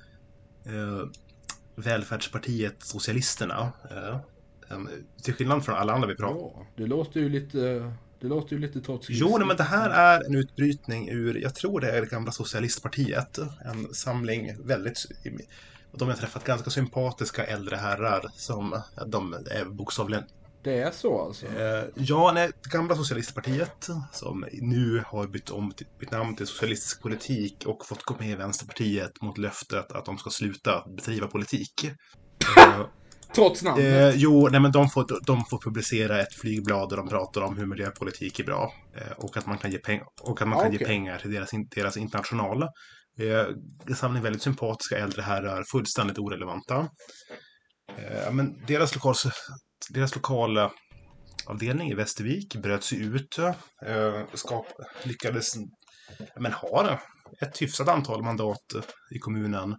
Eh, välfärdspartiet Socialisterna. Eh, till skillnad från alla andra vi pratar om. Ja, det låter ju lite... Det låter ju lite trots. Jo, nej, men det här är en utbrytning ur, jag tror det är det gamla socialistpartiet. En samling väldigt, de har träffat ganska sympatiska äldre herrar som, de är bokstavligen. Det är så alltså? Eh, ja, nej, det gamla socialistpartiet som nu har bytt, om, bytt namn till socialistisk politik och fått gå med i Vänsterpartiet mot löftet att de ska sluta bedriva politik. Eh, Trots namnet? Eh, jo, nej, men de får, de får publicera ett flygblad där de pratar om hur miljöpolitik är bra. Eh, och att man kan ge, peng- och att man kan okay. ge pengar till deras, deras internationala. Eh, samling väldigt sympatiska äldre herrar, fullständigt orelevanta. Eh, men deras, lokal, deras lokala avdelning i Västervik bröt sig ut. Eh, skap, lyckades men ha ett hyfsat antal mandat i kommunen.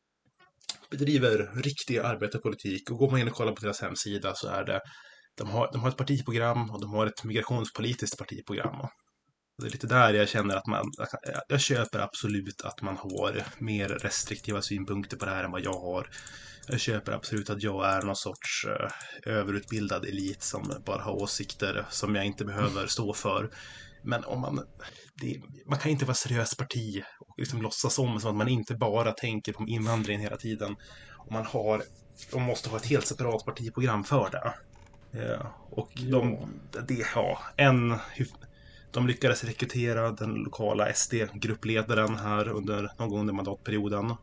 Bedriver riktig arbetarpolitik, och går man in och kollar på deras hemsida så är det de har, de har ett partiprogram och de har ett migrationspolitiskt partiprogram. Det är lite där jag känner att man, jag köper absolut att man har mer restriktiva synpunkter på det här än vad jag har. Jag köper absolut att jag är någon sorts uh, överutbildad elit som bara har åsikter som jag inte behöver stå för. Men om man, det, man kan inte vara seriöst parti och liksom låtsas om som att man inte bara tänker på invandringen hela tiden. Och man har, de måste ha ett helt separat partiprogram för det. Ja, och de, det, ja, en, de lyckades rekrytera den lokala S D-gruppledaren här under någon gång under mandatperioden.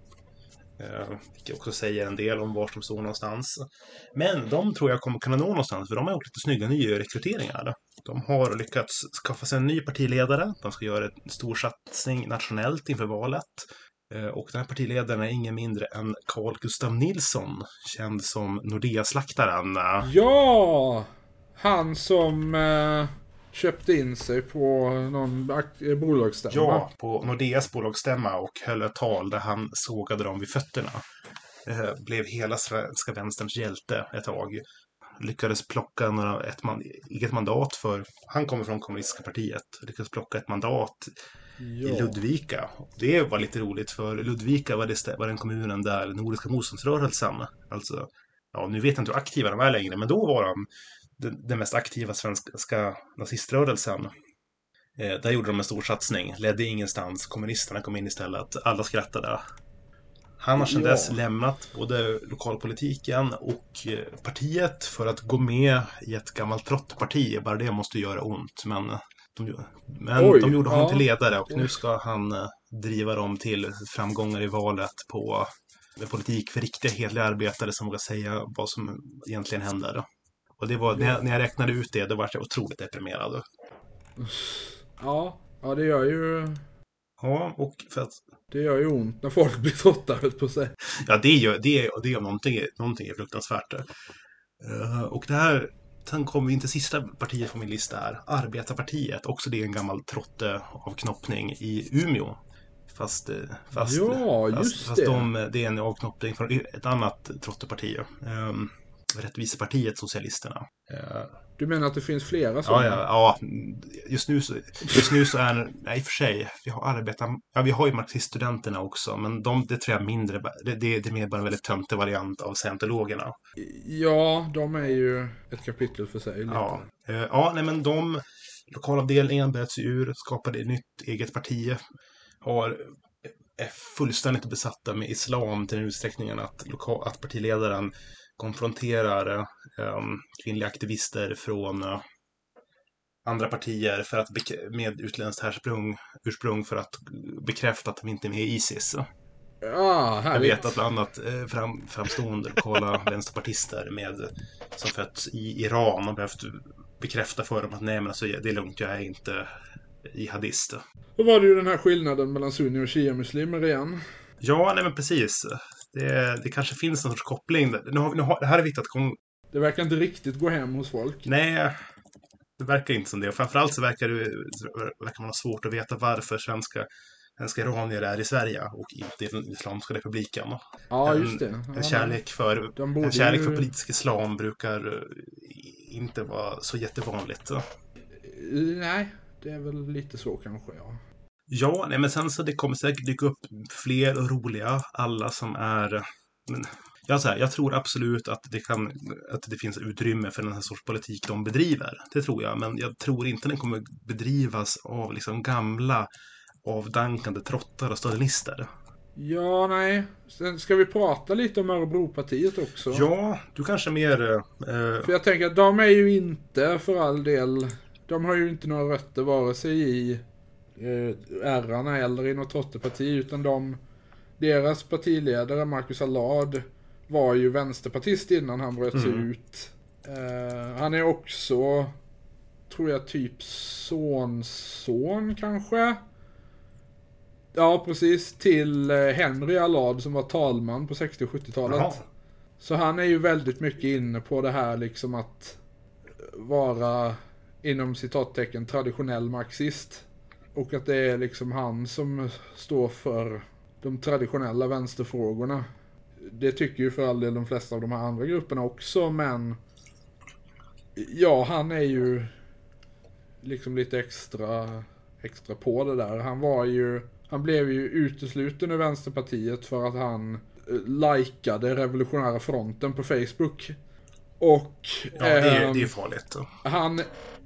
Vilket också säger en del om var de står någonstans. Men de tror jag kommer kunna nå någonstans, för de har gjort lite snygga nya rekryteringar. De har lyckats skaffa sig en ny partiledare. De ska göra en stor satsning nationellt inför valet. Och den här partiledaren är ingen mindre än Carl Gustav Nilsson, känd som Nordea-slaktaren. Ja! Han som eh, köpte in sig på någon bolagsstämma. Ja, på Nordeas bolagsstämma och höll ett tal där han sågade dem vid fötterna. Eh, blev hela svenska vänsterns hjälte ett tag. Lyckades plocka några, ett, man, ett mandat för, han kommer från kommunistiska partiet, lyckades plocka ett mandat ja. i Ludvika. Det var lite roligt, för Ludvika var, det, var den kommunen där Nordiska motståndsrörelsen, alltså, ja, nu vet jag inte hur aktiva de är längre, men då var de den, den mest aktiva svenska naziströrelsen. Eh, där gjorde de en stor satsning, ledde ingenstans, kommunisterna kom in istället, alla skrattade. Han har sedan ja. dess lämnat både lokalpolitiken och partiet för att gå med i ett gammalt trottparti. Bara det måste göra ont. Men de, men Oj, de gjorde honom ja. till ledare, och nu ska han driva dem till framgångar i valet på med politik för riktiga hedliga arbetare som vågar säga vad som egentligen händer. Och det var, ja. när, jag, när jag räknade ut det, då var jag otroligt deprimerad. Ja, ja det gör ju... Ja, och för att... Det gör ju ont när folk blir trötta på sig. Ja, det gör det, det är någonting, någonting är fruktansvärt. Uh, och det här, sen kommer vi in till sista partiet på min lista här. Arbetarpartiet, också det är en gammal trotte avknoppning i Umeå. Fast, fast, ja, just fast, fast det. De, det är en avknoppning från ett annat trotteparti. Um, Rättvisepartiet, Socialisterna. Uh, Du menar att det finns flera sådana? Ja, ja, ja. Just nu så, just nu så är, nej, för sig, vi har arbetat, ja, vi har ju marxiststudenterna också, men de, det tror jag mindre, det, det är mer bara en väldigt töntig variant av scientologerna. Ja, de är ju ett kapitel för sig. Lite. Ja, ja, nej, men de, lokalavdelningen bröt sig ur, skapade ett nytt eget parti, har, är fullständigt besatta med islam till den utsträckningen att, lokal, att partiledaren konfronterar um, kvinnliga aktivister från uh, andra partier för att bek- med utländskt härsprung, ursprung för att bekräfta att de inte är med i ISIS. Ja, härligt. Jag vet att bland annat eh, fram, framstående lokala vänsterpartister med, som fötts i Iran har behövt bekräfta för dem att nej, men alltså, det är lugnt, jag är inte jihadist. Då var det ju den här skillnaden mellan sunni och shia-muslimer igen. Ja, nej men precis. Det, det kanske finns en sorts koppling. Nu har, nu har, det här är viktigt att kom... Det verkar inte riktigt gå hem hos folk. Nej, det verkar inte som det. Och framförallt så verkar, det, verkar man ha svårt att veta varför svenska, svenska iranier är i Sverige och inte i den Islamiska republiken. Ja, en, just det. Ja, en kärlek för, de en kärlek ju... för politisk islam brukar inte var så jättevanligt. Nej, det är väl lite så kanske, ja. Ja, nej, men sen så det kommer säkert dyka upp fler roliga, alla som är... Men, ja, så här, jag tror absolut att det, kan, att det finns utrymme för den här sorts politik de bedriver. Det tror jag, men jag tror inte den kommer bedrivas av liksom gamla, avdankande trottar och stalinister. Ja, nej. Sen ska vi prata lite om Örebropartiet också. Ja, du kanske mer... Eh... För jag tänker att de är ju inte, för all del... De har ju inte några rötter vare sig i eh, ärarna eller i något trotteparti, utan de... Deras partiledare, Marcus Allard, var ju vänsterpartist innan han bröt sig mm. ut. Eh, han är också, tror jag, typ sonson kanske. Ja, precis. Till Henry Allard som var talman på sextio- och sjuttiotalet. Jaha. Så han är ju väldigt mycket inne på det här liksom att vara inom citattecken traditionell marxist. Och att det är liksom han som står för de traditionella vänsterfrågorna. Det tycker ju för all del de flesta av de här andra grupperna också, men ja, han är ju liksom lite extra extra på det där. Han var ju han blev ju utesluten ur Vänsterpartiet för att han likade Revolutionära fronten på Facebook. Och ja, det är, eh, det är farligt. Han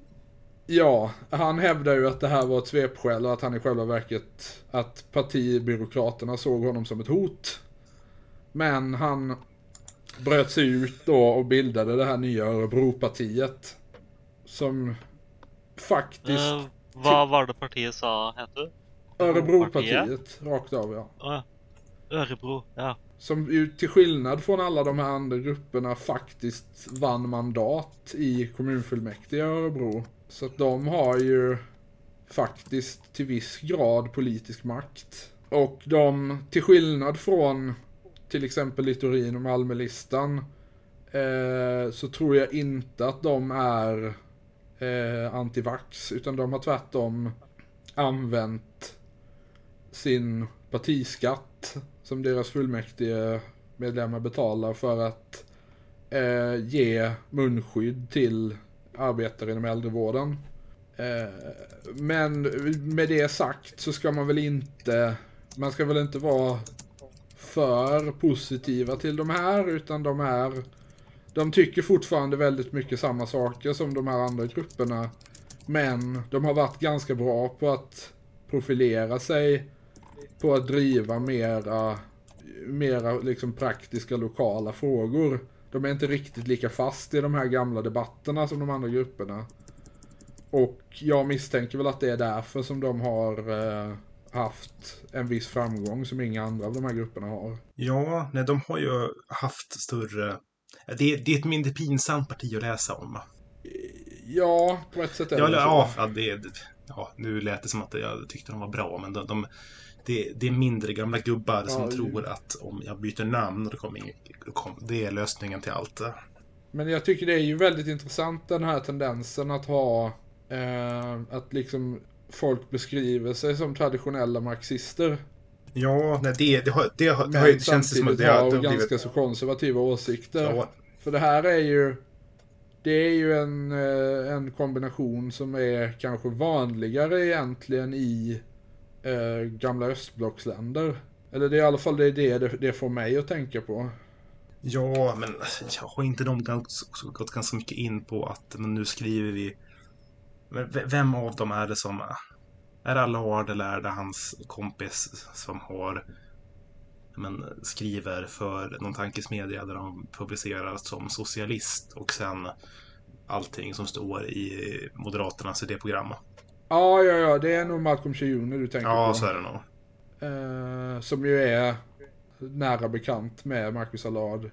Ja, han hävdar ju att det här var ett svepskäl och att han i själva verket, att partibyråkraterna såg honom som ett hot. Men han bröt sig ut då och bildade det här nya Örebropartiet. Som faktiskt... Uh, vad var det partiet sa hette? Örebropartiet, rakt av, ja. Uh, Örebro, ja. Som ju till skillnad från alla de här andra grupperna faktiskt vann mandat i kommunfullmäktige i Örebro. Så att de har ju faktiskt till viss grad politisk makt. Och de, till skillnad från till exempel Littorin och Malmölistan, eh, så tror jag inte att de är eh, antivax. Utan de har tvärtom använt sin partiskatt som deras fullmäktige medlemmar betalar för att eh, ge munskydd till arbetare inom äldrevården. Eh, men med det sagt så ska man väl inte man ska väl inte vara för positiva till de här, utan de är de tycker fortfarande väldigt mycket samma saker som de här andra grupperna, men de har varit ganska bra på att profilera sig, på att driva mera mera liksom praktiska lokala frågor. De är inte riktigt lika fast i de här gamla debatterna som de andra grupperna. Och jag misstänker väl att det är därför som de har eh, haft en viss framgång som inga andra av de här grupperna har. Ja, nej, de har ju haft större... Det är, det är ett mindre pinsamt parti att läsa om. Ja, på ett sätt är ja, det ja, så. Ja, det, ja, nu lät det som att jag tyckte de var bra, men de... de Det, det är mindre gamla gubbar som ja, tror att om jag byter namn då kommer inget, det är lösningen till allt. Men jag tycker det är ju väldigt intressant den här tendensen att ha eh, att liksom folk beskriver sig som traditionella marxister. Ja, nej, det, det, har, det, har, det, har, det känns det som att det har, har, det har blivit... ganska så konservativa åsikter. Ja. För det här är ju det är ju en, en kombination som är kanske vanligare egentligen i Eh, gamla östblocksländer. Eller det är i alla fall det, det, det, det får mig att tänka på. Ja, men jag har inte de ganska, gått ganska mycket in på att men nu skriver vi... Men vem av dem är det som... Är det Allard eller är det hans kompis som har men, skriver för någon tankesmedja där de publicerar som socialist och sen allting som står i Moderaternas idéprogram? Ja, ja, ja. Det är nog Malcolm Chiune du tänker ja, på. Ja, så är det nog. Eh, som ju är nära bekant med Marcus Allard.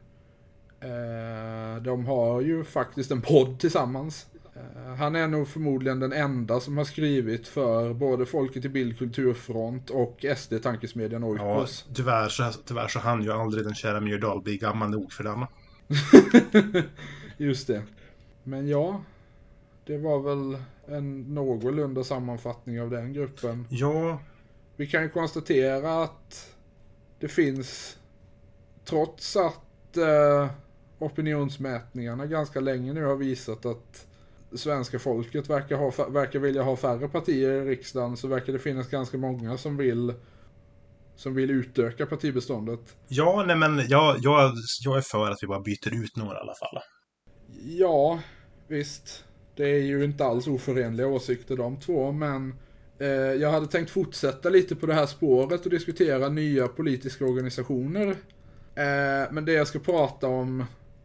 Eh, de har ju faktiskt en podd tillsammans. Eh, han är nog förmodligen den enda som har skrivit för både Folket i Bild Kulturfront och S D-tankesmedjan Oikos. Ja, tyvärr så, tyvärr så han ju aldrig den kära Myrdal bli gammal nog för den. Just det. Men ja, det var väl en någorlunda sammanfattning av den gruppen. Ja. Vi kan ju konstatera att det finns, trots att eh, opinionsmätningarna ganska länge nu har visat att svenska folket verkar, ha, verkar vilja ha färre partier i riksdagen, så verkar det finnas ganska många som vill som vill utöka partibeståndet. Ja, nej men jag, jag, jag är för att vi bara byter ut några i alla fall. Ja, visst. Det är ju inte alls oförenliga åsikter de två, men eh, jag hade tänkt fortsätta lite på det här spåret och diskutera nya politiska organisationer. Eh, men det jag ska prata om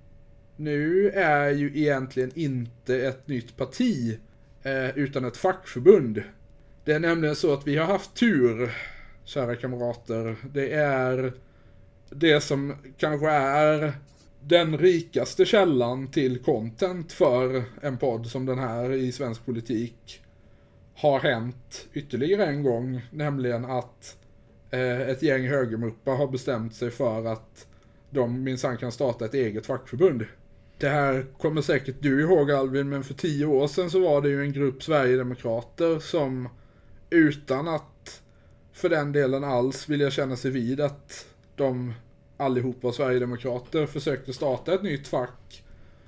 nu är ju egentligen inte ett nytt parti, eh, utan ett fackförbund. Det är nämligen så att vi har haft tur, kära kamrater. Det är det som kanske är den rikaste källan till content för en podd som den här i svensk politik har hänt ytterligare en gång, nämligen att eh, ett gäng högermuppar har bestämt sig för att de minsann kan starta ett eget fackförbund. Det här kommer säkert du ihåg, Alvin, men för tio år sedan så var det ju en grupp Sverigedemokrater som utan att för den delen alls vilja känna sig vid att de allihopa Sverigedemokrater försökte starta ett nytt fack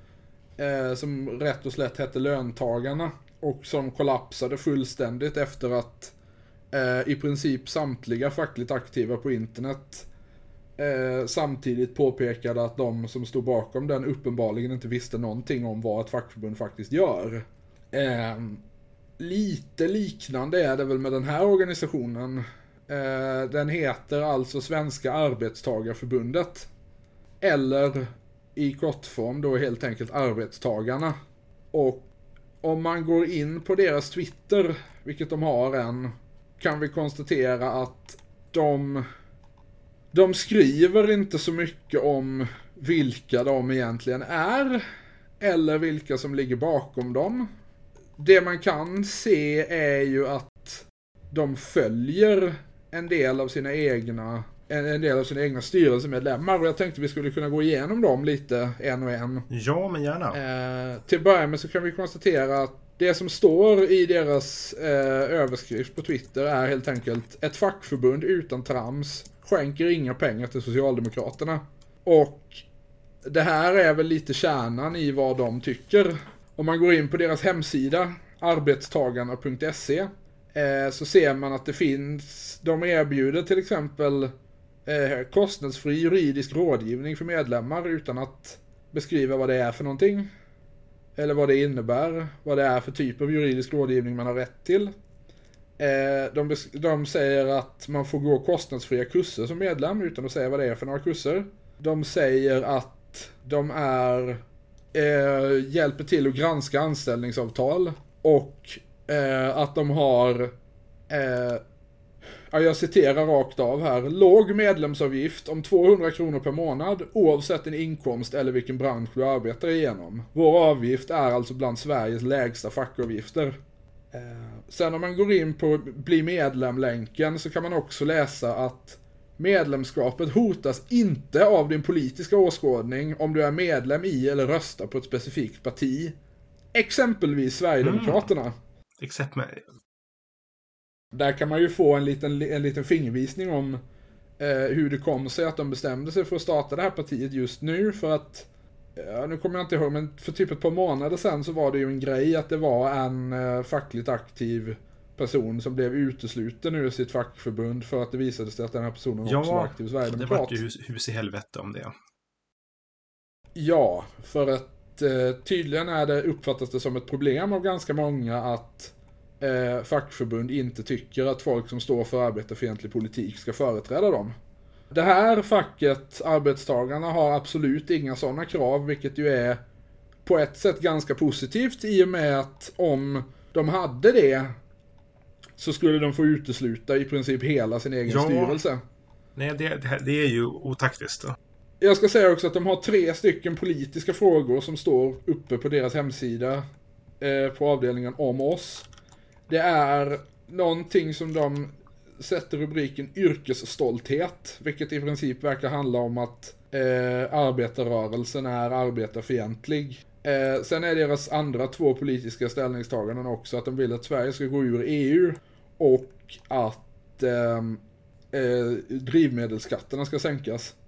eh, som rätt och slätt hette Löntagarna, och som kollapsade fullständigt efter att eh, i princip samtliga fackligt aktiva på internet eh, samtidigt påpekade att de som stod bakom den uppenbarligen inte visste någonting om vad ett fackförbund faktiskt gör. Eh, lite liknande är det väl med den här organisationen. Eh, den heter alltså Svenska Arbetstagarförbundet, eller i kortform då helt enkelt Arbetstagarna. Och om man går in på deras Twitter, vilket de har än, kan vi konstatera att de de skriver inte så mycket om vilka de egentligen är eller vilka som ligger bakom dem. Det man kan se är ju att de följer en del av sina egna en del av sina egna styrelsemedlemmar, och jag tänkte vi skulle kunna gå igenom dem lite en och en. Ja, men gärna. Eh, till att börja med så kan vi konstatera att det som står i deras eh, överskrift på Twitter är helt enkelt: ett fackförbund utan trams skänker inga pengar till Socialdemokraterna. Och det här är väl lite kärnan i vad de tycker. Om man går in på deras hemsida arbetstagarna punkt se eh, så ser man att det finns, de erbjuder till exempel eh, kostnadsfri juridisk rådgivning för medlemmar utan att beskriva vad det är för någonting. Eller vad det innebär, vad det är för typ av juridisk rådgivning man har rätt till. Eh, de, de säger att man får gå kostnadsfria kurser som medlem utan att säga vad det är för några kurser. De säger att de är eh, hjälper till att granska anställningsavtal och eh, att de har eh, ja, jag citerar rakt av här: låg medlemsavgift om tvåhundra kronor per månad oavsett din inkomst eller vilken bransch du arbetar igenom. Vår avgift är alltså bland Sveriges lägsta fackavgifter. Eh, sen om man går in på bli medlem-länken så kan man också läsa att medlemskapet hotas inte av din politiska åskådning om du är medlem i eller röstar på ett specifikt parti. Exempelvis Sverigedemokraterna. Mm. Exakt med. Där kan man ju få en liten, en liten fingervisning om eh, hur det kom sig att de bestämde sig för att starta det här partiet just nu. För att, ja, nu kommer jag inte ihåg, men för typ ett par månader sedan så var det ju en grej att det var en eh, fackligt aktiv person som blev utesluten ur sitt fackförbund för att det visade sig att den här personen ja, också var aktiv Sverigedemokrat. Ja, det var ju hus, hus i helvete om det. Ja, för att eh, tydligen är det, uppfattas det som ett problem av ganska många att eh, fackförbund inte tycker att folk som står för arbetarfientlig politik ska företräda dem. Det här facket, arbetstagarna, har absolut inga sådana krav, vilket ju är på ett sätt ganska positivt i och med att om de hade det så skulle de få utesluta i princip hela sin egen ja. styrelse. Nej, det, det, det är ju otaktiskt då. Jag ska säga också att de har tre stycken politiska frågor som står uppe på deras hemsida eh, på avdelningen om oss. Det är någonting som de sätter rubriken yrkesstolthet, vilket i princip verkar handla om att eh, arbetarrörelsen är arbetarfientlig. Eh, sen är deras andra två politiska ställningstaganden också att de vill att Sverige ska gå ur E U och att eh, eh, drivmedelsskatterna ska sänkas.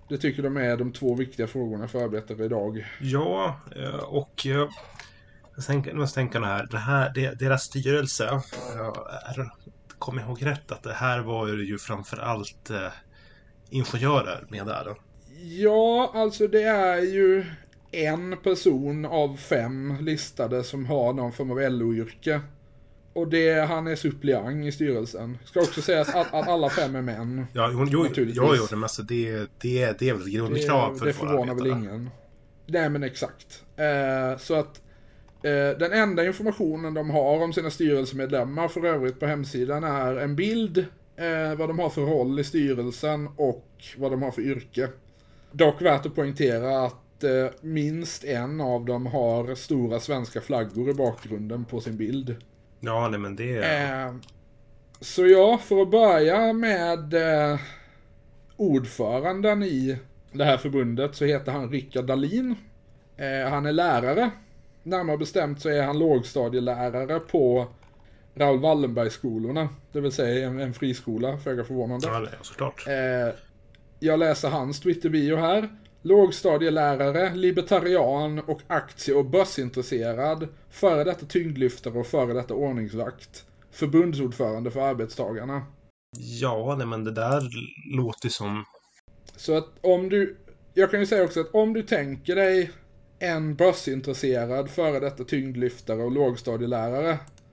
Det tycker de är de två viktiga frågorna för arbetare idag. Ja, och jag måste tänka här. Det här det, deras styrelse, är, kommer jag ihåg rätt att det här var ju framförallt eh, ingenjörer med där? Ja, alltså det är ju en person av fem listade som har någon form av L O-yrke. Och det, han är suppleant i styrelsen. Ska också sägas att, att alla fem är män. Ja, jo, jo, jag gjorde det, men alltså det, det, det är väl ett grundkrav för det, det förvånar väl ingen. Nej, men exakt. Eh, så att eh, den enda informationen de har om sina styrelsemedlemmar för övrigt på hemsidan är en bild, eh, vad de har för roll i styrelsen och vad de har för yrke. Dock värt att poängtera att eh, minst en av dem har stora svenska flaggor i bakgrunden på sin bild. Ja, nej, men det är... Eh, så ja, för att börja med eh, ordföranden i det här förbundet så heter han Rickard Dahlin. Eh, han är lärare. Närmare bestämt så är han lågstadielärare på Raoul Wallenberg-skolorna. Det vill säga en, en friskola, föga förvånande. Ja, det är såklart. Eh, jag läser hans Twitter-bio här. Lågstadielärare, libertarian och aktie- och börsintresserad, före detta tyngdlyftare och före detta ordningsvakt, förbundsordförande för arbetstagarna. Ja, nej, men det där låter som... Så att om du, jag kan ju säga också att om du tänker dig en börsintresserad, före detta tyngdlyftare och lågstadielärare,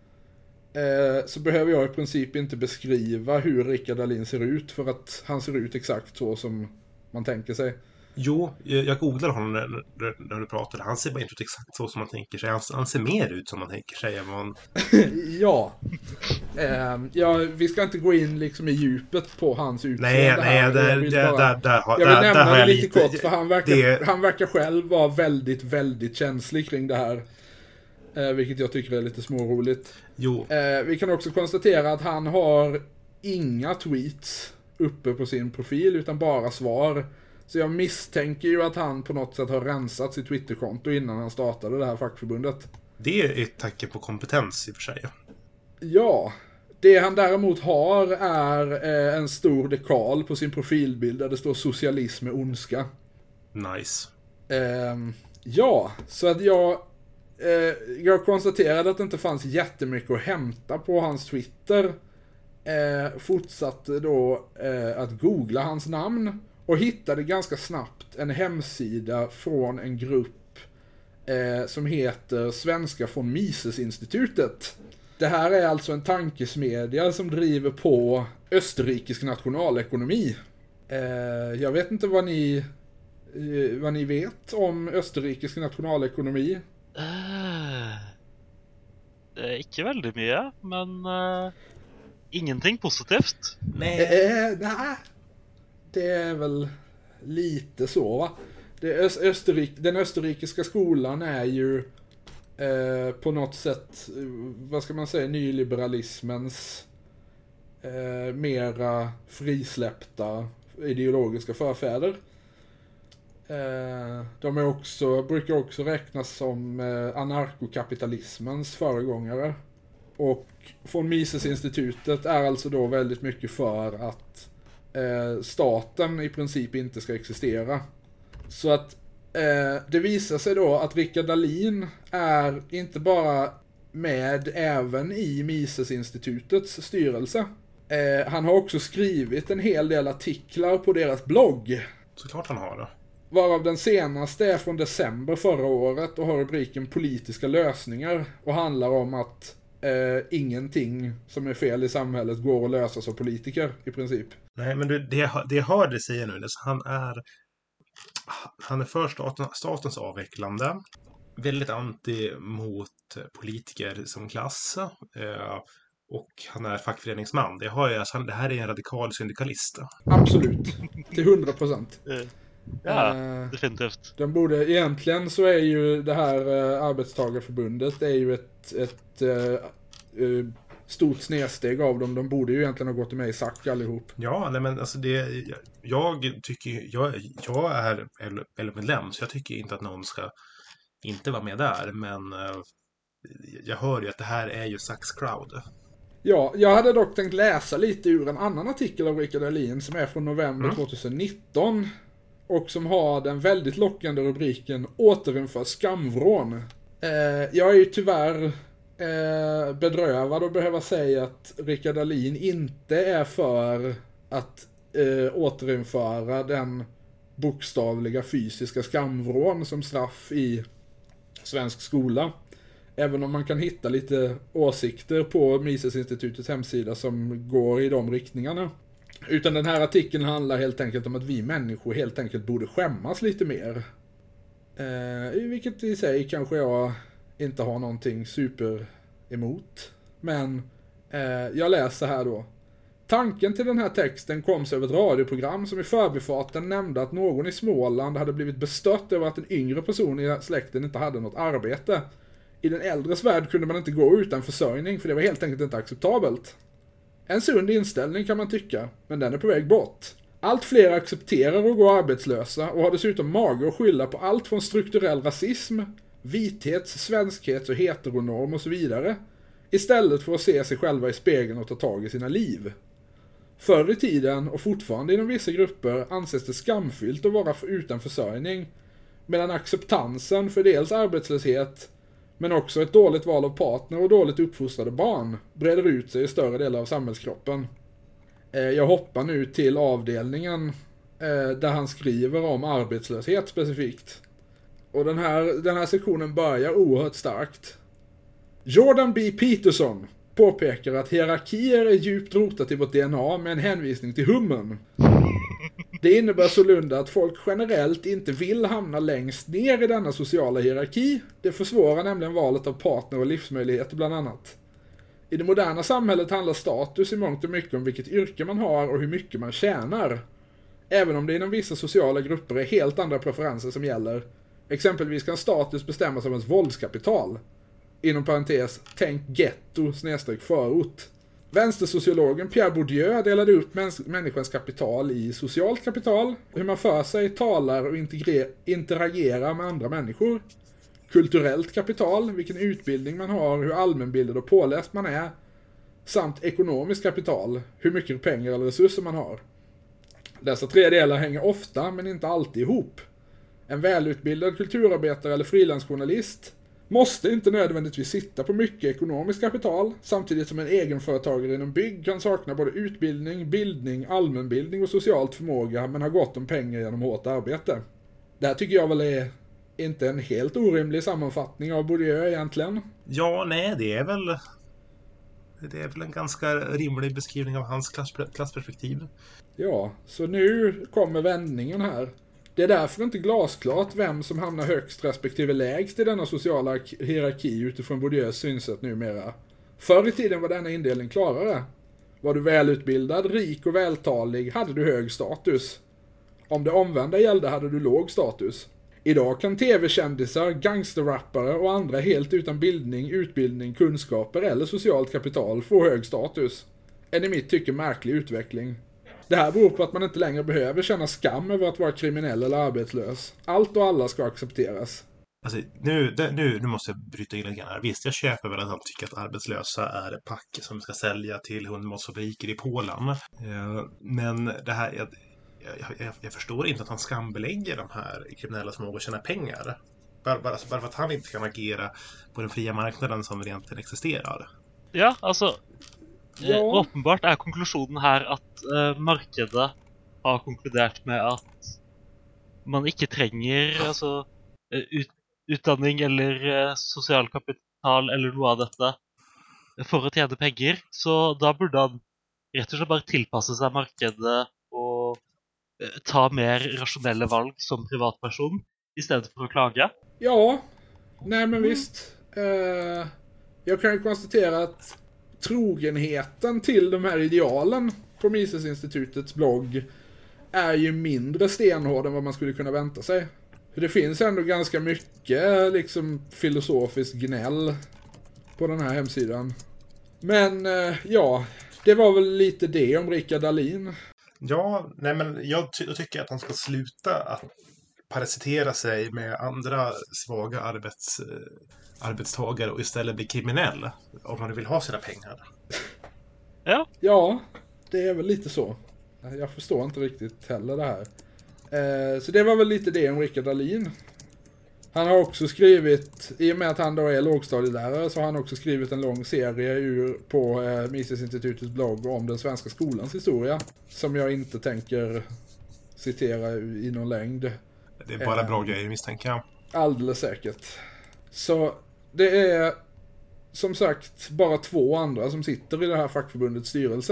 eh, så behöver jag i princip inte beskriva hur Rickard Dahlin ser ut, för att han ser ut exakt så som man tänker sig. Jo, jag googlade honom när, när, när du pratade. Han ser bara inte ut exakt så som man tänker sig. Han, han ser mer ut som man tänker sig än man... Ja. Eh, ja, vi ska inte gå in liksom i djupet på hans utseende. Nej, nej, här. där, Jag vill, där, bara, där, där, jag vill där, nämna där har det jag lite, lite kort, för han verkar, det... han verkar själv vara väldigt, väldigt känslig kring det här. Eh, vilket jag tycker är lite småroligt. Jo. Eh, vi kan också konstatera att han har inga tweets uppe på sin profil, utan bara svar. Så jag misstänker ju att han på något sätt har rensat sitt Twitterkonto innan han startade det här fackförbundet. Det är ett tack på kompetens i och för sig. Ja, det han däremot har är eh, en stor dekal på sin profilbild där det står socialism med ondska. Nice. Eh, ja, så att jag, eh, jag konstaterade att det inte fanns jättemycket att hämta på hans Twitter. Eh, fortsatte då eh, att googla hans namn. Och hittade ganska snabbt en hemsida från en grupp eh, som heter Svenska von Mises-institutet. Det här är alltså en tankesmedja som driver på österrikisk nationalekonomi. Eh, jag vet inte vad ni, eh, vad ni vet om österrikisk nationalekonomi. Uh, det är inte väldigt mycket, men uh, ingenting positivt. Nej. Eh, nej. Det är väl lite så, va? Det Öst- Österrik- den österrikiska skolan är ju eh, på något sätt, vad ska man säga, nyliberalismens eh, mera frisläppta ideologiska förfäder. Eh, de är också, brukar också räknas som eh, anarkokapitalismens föregångare. Och von Mises-institutet är alltså då väldigt mycket för att Eh, staten i princip inte ska existera. Så att eh, det visar sig då att Rickard Dahlin är inte bara med även i Mises-institutets styrelse. Eh, han har också skrivit en hel del artiklar på deras blogg. Såklart han har det. Varav den senaste är från december förra året och har rubriken politiska lösningar och handlar om att eh, ingenting som är fel i samhället går att lösas av politiker i princip. Nej, men det, det, jag, det jag hörde säga nu, det, så han är han är för staten, statens avvecklande, väldigt anti mot politiker som klass, eh, och han är fackföreningsman. Det, har jag, alltså, det här är en radikal syndikalist. Absolut, till hundra procent. Ja, eh, definitivt. De borde, egentligen så är ju det här eh, arbetstagarförbundet är ju ett, ett eh, eh, stort snedsteg av dem. De borde ju egentligen ha gått med i S A C allihop. Ja, nej, men alltså det, jag tycker, jag, jag är L O-medlem, så jag tycker inte att någon ska inte vara med där, men uh, jag hör ju att det här är ju S A C:s crowd. Ja, jag hade dock tänkt läsa lite ur en annan artikel av Rickard Dahlin som är från november mm. tjugonitton. och som har den väldigt lockande rubriken Återinför skamvrån. Eh, jag är ju tyvärr eh, bedrövad att behöva säga att Rickard Dahlin inte är för att eh, återinföra den bokstavliga fysiska skamvrån som straff i svensk skola. Även om man kan hitta lite åsikter på Mises-institutets hemsida som går i de riktningarna. Utan den här artikeln handlar helt enkelt om att vi människor helt enkelt borde skämmas lite mer. Eh, vilket i sig kanske jag inte har någonting super emot. Men eh, jag läser här då. Tanken till den här texten kom sig av ett radioprogram som i förbifarten nämnde att någon i Småland hade blivit bestört över att en yngre person i släkten inte hade något arbete. I den äldres värld kunde man inte gå utan försörjning för det var helt enkelt inte acceptabelt. En sund inställning kan man tycka, men den är på väg bort. Allt fler accepterar att gå arbetslösa och har dessutom mage att skylla på allt från strukturell rasism, vithets, svenskhets och heteronorm och så vidare. Istället för att se sig själva i spegeln och ta tag i sina liv. Förr i tiden och fortfarande inom vissa grupper anses det skamfyllt att vara utan försörjning, medan acceptansen för dels arbetslöshet men också ett dåligt val av partner och dåligt uppfostrade barn breder ut sig i större delar av samhällskroppen. Jag hoppar nu till avdelningen där han skriver om arbetslöshet specifikt. Och den här, den här sektionen börjar oerhört starkt. Jordan B. Peterson påpekar att hierarkier är djupt rotat i vårt D N A med en hänvisning till hummern. Det innebär sålunda att folk generellt inte vill hamna längst ner i denna sociala hierarki. Det försvårar nämligen valet av partner och livsmöjligheter bland annat. I det moderna samhället handlar status i mångt och mycket om vilket yrke man har och hur mycket man tjänar. Även om det inom vissa sociala grupper är helt andra preferenser som gäller. Exempelvis kan status bestämmas av ens våldskapital. Inom parentes, tänk getto snedstreck förort. Vänstersociologen Pierre Bourdieu delade upp mäns- människans kapital i socialt kapital, hur man för sig, talar och integre- interagerar med andra människor. Kulturellt kapital, vilken utbildning man har, hur allmänbildad och påläst man är. Samt ekonomiskt kapital, hur mycket pengar eller resurser man har. Dessa tre delar hänger ofta, men inte alltid ihop. En välutbildad kulturarbetare eller frilansjournalist måste inte nödvändigtvis sitta på mycket ekonomiskt kapital, samtidigt som en egenföretagare inom bygg kan sakna både utbildning, bildning, allmänbildning och socialt förmåga, men har gott om pengar genom hårt arbete. Det här tycker jag väl är inte en helt orimlig sammanfattning av Bourdieu egentligen. Ja, nej, det är väl det är väl en ganska rimlig beskrivning av hans klass, klassperspektiv. Ja, så nu kommer vändningen här. Det är därför inte glasklart vem som hamnar högst respektive lägst i denna sociala hierarki utifrån Bourdieus synsätt numera. Förr i tiden var denna indelning klarare. Var du välutbildad, rik och vältalig hade du hög status. Om det omvända gällde hade du låg status. Idag kan tv-kändisar, gangsterrappare och andra helt utan bildning, utbildning, kunskaper eller socialt kapital få hög status. En i mitt tycke märklig utveckling. Det här beror på att man inte längre behöver känna skam över att vara kriminell eller arbetslös. Allt och alla ska accepteras. Alltså, nu, det, nu, nu måste jag bryta in lite grann här. Visst, jag köper väl att han tycker att arbetslösa är pack som ska sälja till hundmatsfabriker i Polen. Eh, men det här, jag, jag, jag, jag förstår inte att han skambelägger de här kriminella som vågar tjäna pengar. Bara, bara, bara för att han inte kan agera på den fria marknaden som egentligen existerar. Ja, alltså... Ja. Åpenbart er konklusjonen her at uh, markedet har konkludert med at man ikke trenger altså, ut, utdanning eller uh, sosial kapital eller noe av dette for å tjene penger. Så da burde han rett og slett bare tilpasse seg markedet og uh, ta mer rasjonelle valg som privatperson i stedet for å klage. Ja, nej men visst. Uh, jag kan ju konstatera att trogenheten till de här idealen på Mises-institutets blogg är ju mindre stenhård än vad man skulle kunna vänta sig. För det finns ändå ganska mycket liksom filosofiskt gnäll på den här hemsidan. Men eh, ja, det var väl lite det om Rickard Dahlin. Ja, nej men jag, ty- jag tycker att han ska sluta att parasitera sig med andra svaga arbets, eh, arbetstagare och istället bli kriminell om han vill ha sina pengar. Ja. Ja, det är väl lite så. Jag förstår inte riktigt heller det här. Eh, så det var väl lite det om Rickard Dahlin. Han har också skrivit, i och med att han då är lågstadielärare, så har han också skrivit en lång serie ur, på eh, Misesinstitutets blogg om den svenska skolans historia. Som jag inte tänker citera i någon längd. Det är bara eh, bra grejer, misstänker jag. Alldeles säkert. Så det är som sagt bara två andra som sitter i det här fackförbundets styrelse.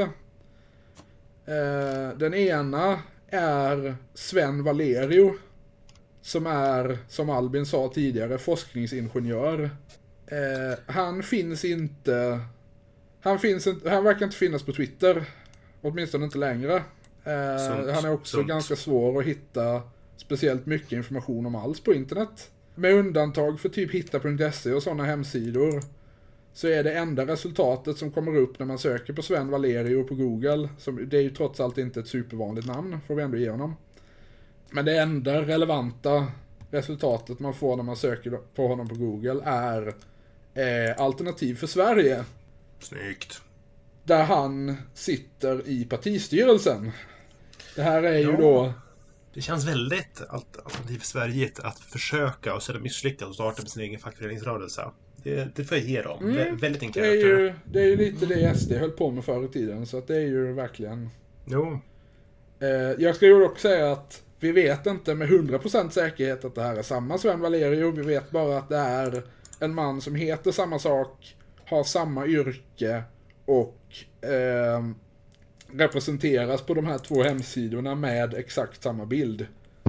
Eh, den ena är Sven Valerio, som är, som Albin sa tidigare, forskningsingenjör. Eh, han finns inte... Han, finns inte, han verkar inte finnas på Twitter. Åtminstone inte längre. Eh, han är också sunt. Ganska svår att hitta speciellt mycket information om alls på internet. Med undantag för typ hitta punkt se och sådana hemsidor, så är det enda resultatet som kommer upp när man söker på Sven Valerio på Google, som, det är ju trots allt inte ett supervanligt namn, får vi ändå ge honom. Men det enda relevanta resultatet man får när man söker på honom på Google är eh, Alternativ för Sverige. Snyggt. Där han sitter i partistyrelsen. Det här är ja, ju då... Det känns väldigt Alternativ för Sverige att försöka och sedan misslyckas och starta med sin egen fackföreningsrörelse. Det, det får jag ge dem. Mm. Väldigt enkelt. Det är ju det är ju lite det S D höll på med förr i tiden, så att det är ju verkligen... Jo. Eh, jag ska ju också säga att vi vet inte med hundra procent säkerhet att det här är samma Sven Valerio. Vi vet bara att det är en man som heter samma sak, har samma yrke och eh, representeras på de här två hemsidorna med exakt samma bild.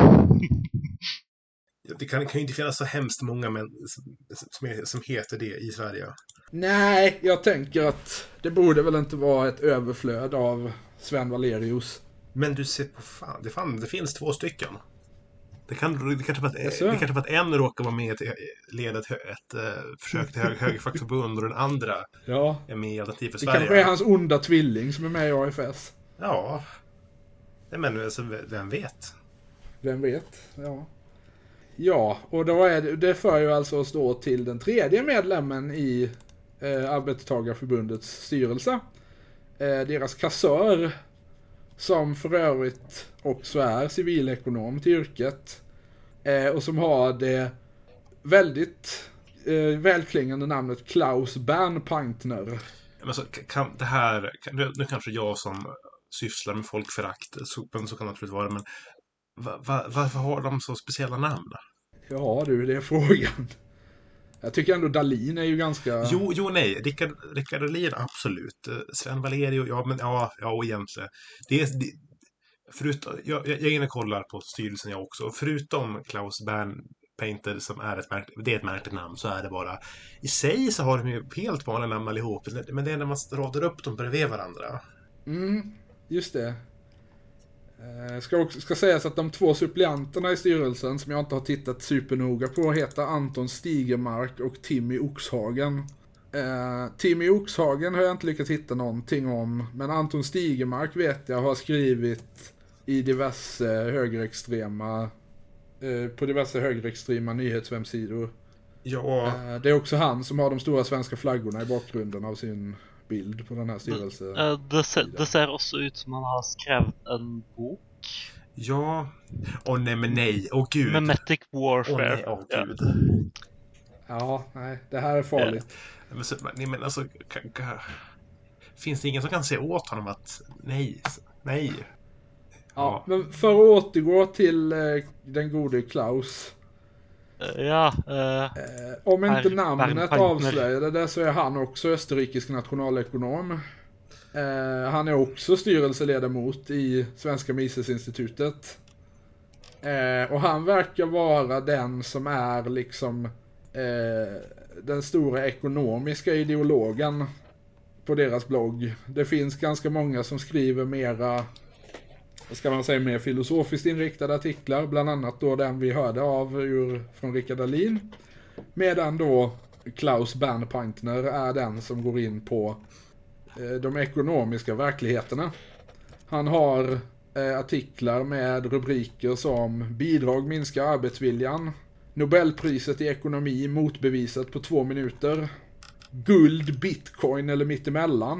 Det kan, kan ju inte finnas så hemskt många män som, är, som heter det i Sverige. Nej, jag tänker att det borde väl inte vara ett överflöd av Sven Valerius. Men du ser på fan, det, fan, det finns två stycken. Det kan det kanske vara att, det kanske att en råkar vara med i leda ett, ett, ett försök till hög, högerfackförbund och den andra ja. är med i Alternativ för det Sverige. Det kanske är hans onda tvilling som är med i A F S. Ja. Men alltså, vem vet? Vem vet, ja. Ja, och då är det, det för ju alltså att stå till den tredje medlemmen i eh, Arbetartagarförbundets styrelse. Eh, deras kassör, som för övrigt också är civilekonom till yrket. Eh, och som har det väldigt eh, välklingande namnet Klaus Bernpaintner. Men så, kan det här, kan, nu kanske jag som sysslar med folkförakt, så, så kan det absolut vara, men va, va, varför har de så speciella namn? Ja du, det är frågan. Jag tycker ändå Dahlin är ju ganska... Jo, jo nej. Rickard, Rickard Dahlin, absolut. Sven Valerio, ja men ja, ja och egentligen. Det är... Det, förutom, jag, jag är inne och kollar på styrelsen jag också. Förutom Klaus Bernpaintner som är ett, märk, det är ett märkligt namn, så är det bara... I sig så har de ju helt vanliga namn allihop. Men det är när man radar upp dem bredvid varandra. Mm, just det. Ska, också, ska sägas att de två suppleanterna i styrelsen som jag inte har tittat supernoga på heter Anton Stigemark och Timmy Oxhagen. Eh, Timmy Oxhagen har jag inte lyckats hitta någonting om, men Anton Stigemark vet jag har skrivit i diverse högerextrema eh, på diverse högerextrema nyhetswebbsidor. Ja. Eh, det är också han som har de stora svenska flaggorna i bakgrunden av sin bild på den här styrelsen. Det, det, ser, det ser också ut som man har skrivit en bok. Ja. Åh nej, men nej. Åh gud. Memetic Warfare. Åh nej, åh gud. Ja, nej. Det här är farligt. Ja. Men, så, nej, men alltså... Kan, kan, finns det ingen som kan säga åt honom att nej, nej. Ja, ja. Men för att återgå till eh, den gode Klaus... Ja, uh, eh, om inte namnet avslöjade det så är han också österrikisk nationalekonom. Eh, han är också styrelseledamot i Svenska Misesinstitutet. Eh, och han verkar vara den som är liksom eh, den stora ekonomiska ideologen på deras blogg. Det finns ganska många som skriver mera, vad ska man säga, mer filosofiskt inriktade artiklar, bland annat då den vi hörde av ur, från Rickard Dahlin, medan då Klaus Bernpaintner är den som går in på eh, de ekonomiska verkligheterna. Han har eh, artiklar med rubriker som bidrag minskar arbetsviljan, Nobelpriset i ekonomi motbevisat på två minuter, guld, bitcoin eller mittemellan.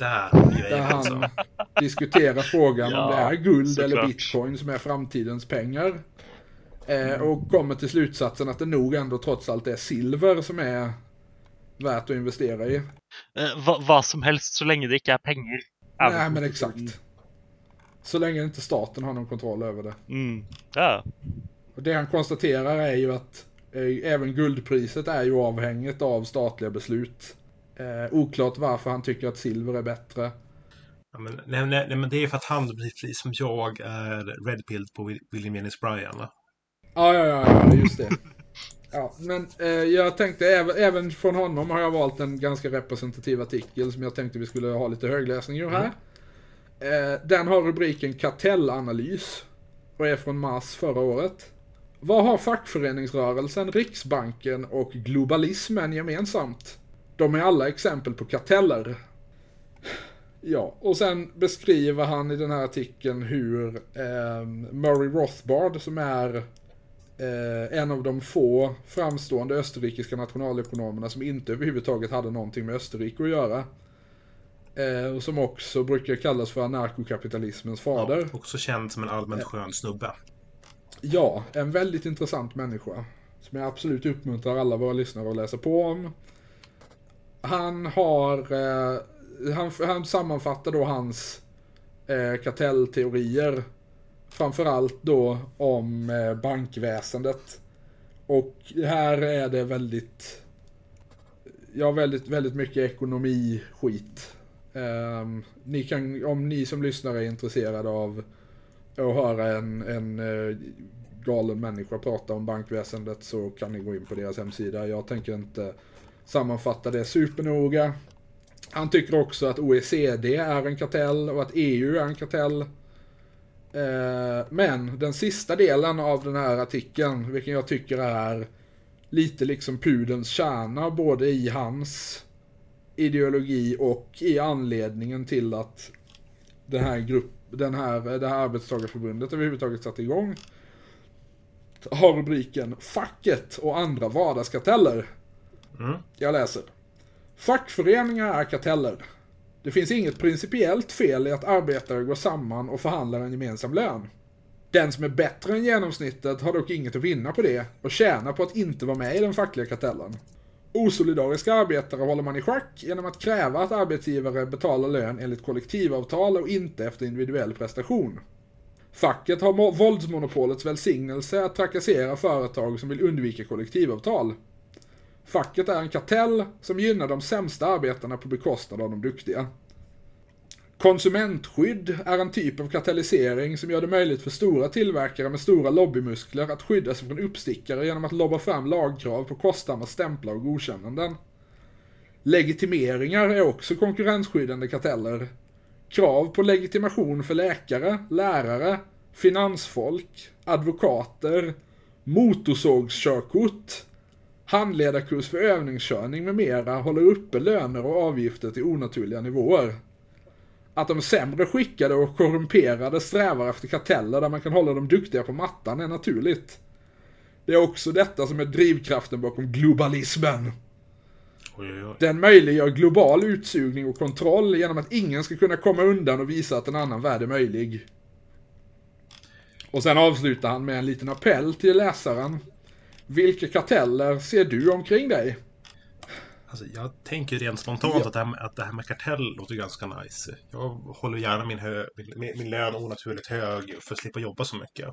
där har vi Där grejer han alltså. diskuterar frågan Ja, om det är guld såklart. eller bitcoin som är framtidens pengar. Eh, och kommer till slutsatsen att det nog ändå trots allt är silver som är värt att investera i. Eh, va, vad som helst så länge det inte är pengar. Nej, Även men positionen. exakt. Så länge inte staten har någon kontroll över det. Mm. Ja. Och det han konstaterar är ju att eh, även guldpriset är ju avhängigt av statliga beslut. Eh, oklart varför han tycker att silver är bättre. Ja, men, nej, nej, nej, men det är för att han blir precis som jag är redpilled på Will- William Jennings Bryan. Va? Ja, ja, ja, ja, just det. Ja, men eh, jag tänkte även, även från honom har jag valt en ganska representativ artikel som jag tänkte vi skulle ha lite högläsning ur här. Eh, den har rubriken Kartellanalys och är från mars förra året. Vad har fackföreningsrörelsen, Riksbanken och globalismen gemensamt? De är alla exempel på karteller. Ja, och sen beskriver han i den här artikeln hur eh, Murray Rothbard, som är eh, en av de få framstående österrikiska nationalekonomerna som inte överhuvudtaget hade någonting med Österrike att göra, eh, och som också brukar kallas för anarkokapitalismens fader. Ja, också känd som en allmänt skön snubbe. Ja, en väldigt intressant människa som jag absolut uppmuntrar alla våra lyssnare att läsa på om. Han har eh, han, han sammanfattar då hans eh, kartellteorier framförallt då om eh, bankväsendet. Och här är det väldigt ja, väldigt, väldigt mycket ekonomi-skit. Um, ni kan, om ni som lyssnare är intresserade av att höra en, en uh, galen människa prata om bankväsendet, så kan ni gå in på deras hemsida. Jag tänker inte sammanfatta det supernoga. Han tycker också att O E C D är en kartell och att E U är en kartell. Uh, men den sista delen av den här artikeln, vilken jag tycker är lite liksom pudens kärna både i hans ideologi och i anledningen till att den här grupp, den här, det här arbetstagarförbundet överhuvudtaget satt igång, har rubriken Facket och andra vardagskarteller. Mm. Jag läser. Fackföreningar är karteller. Det finns inget principiellt fel i att arbetare går samman och förhandlar en gemensam lön. Den som är bättre än genomsnittet har dock inget att vinna på det och tjänar på att inte vara med i den fackliga kartellen. Osolidariska arbetare håller man i schack genom att kräva att arbetsgivare betalar lön enligt kollektivavtal och inte efter individuell prestation. Facket har mo- våldsmonopolets välsignelse att trakassera företag som vill undvika kollektivavtal. Facket är en kartell som gynnar de sämsta arbetarna på bekostnad av de duktiga. Konsumentskydd är en typ av kartellisering som gör det möjligt för stora tillverkare med stora lobbymuskler att skydda sig från uppstickare genom att lobba fram lagkrav på kostsamma stämplar och godkännanden. Legitimeringar är också konkurrensskyddande karteller. Krav på legitimation för läkare, lärare, finansfolk, advokater, motorsågskörkort, handledarkurs för övningskörning med mera håller uppe löner och avgifter till onaturliga nivåer. Att de sämre skickade och korrumperade strävar efter karteller där man kan hålla de duktiga på mattan är naturligt. Det är också detta som är drivkraften bakom globalismen. Oj, oj, oj. Den möjliggör global utsugning och kontroll genom att ingen ska kunna komma undan och visa att en annan värld är möjlig. Och sen avslutar han med en liten appell till läsaren. Vilka karteller ser du omkring dig? Alltså, jag tänker rent spontant Ja. att, det här med, att det här med kartell låter ganska nice. Jag håller gärna min, hö, min, min lön onaturligt hög för att slippa jobba så mycket.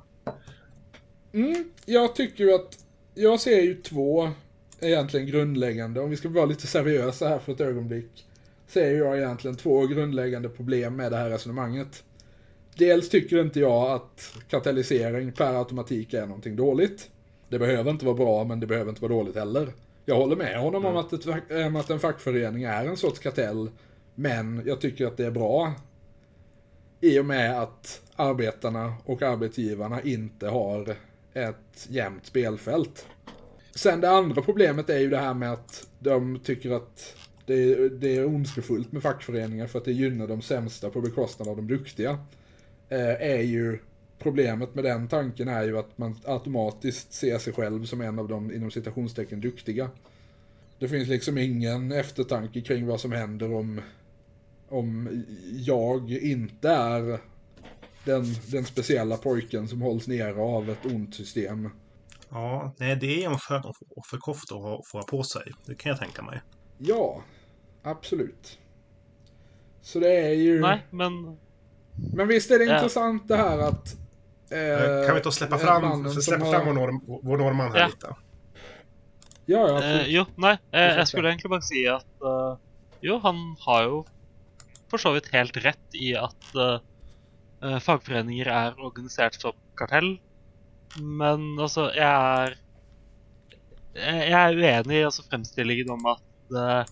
Mm, jag tycker ju att jag ser ju två egentligen grundläggande, om vi ska vara lite seriösa här för ett ögonblick, ser jag egentligen två grundläggande problem med det här resonemanget. Dels tycker inte jag att kartellisering per automatik är någonting dåligt. Det behöver inte vara bra, men det behöver inte vara dåligt heller. Jag håller med honom om att, ett, ähm, att en fackförening är en sorts kartell, men jag tycker att det är bra i och med att arbetarna och arbetsgivarna inte har ett jämnt spelfält. Sen det andra problemet är ju det här med att de tycker att det, det är ondskefullt med fackföreningar för att det gynnar de sämsta på bekostnad av de duktiga. Eh, är ju problemet med den tanken är ju att man automatiskt ser sig själv som en av de inom citationstecken duktiga. Det finns liksom ingen eftertanke kring vad som händer om om jag inte är den, den speciella pojken som hålls nere av ett ont system. Ja, nej, det är en skön offerkofta att ha, få ha på sig. Det kan jag tänka mig. Ja, absolut. Så det är ju... Nej, men... Men visst är det Ja. intressant det här att... Eh, kan vi ta släppa fram, släppa har... fram vår, norm, vår norrman här Ja. lite? Ja, ja, absolut. Eh, jo, nei, eh, Ursäkta. jeg skulle egentlig bare si at eh, jo, han har jo for så vidt helt rett i at eh, eh, fagforeninger er organisert som kartell, men altså, jeg er jeg jeg er uenig i altså, fremstillingen om at eh,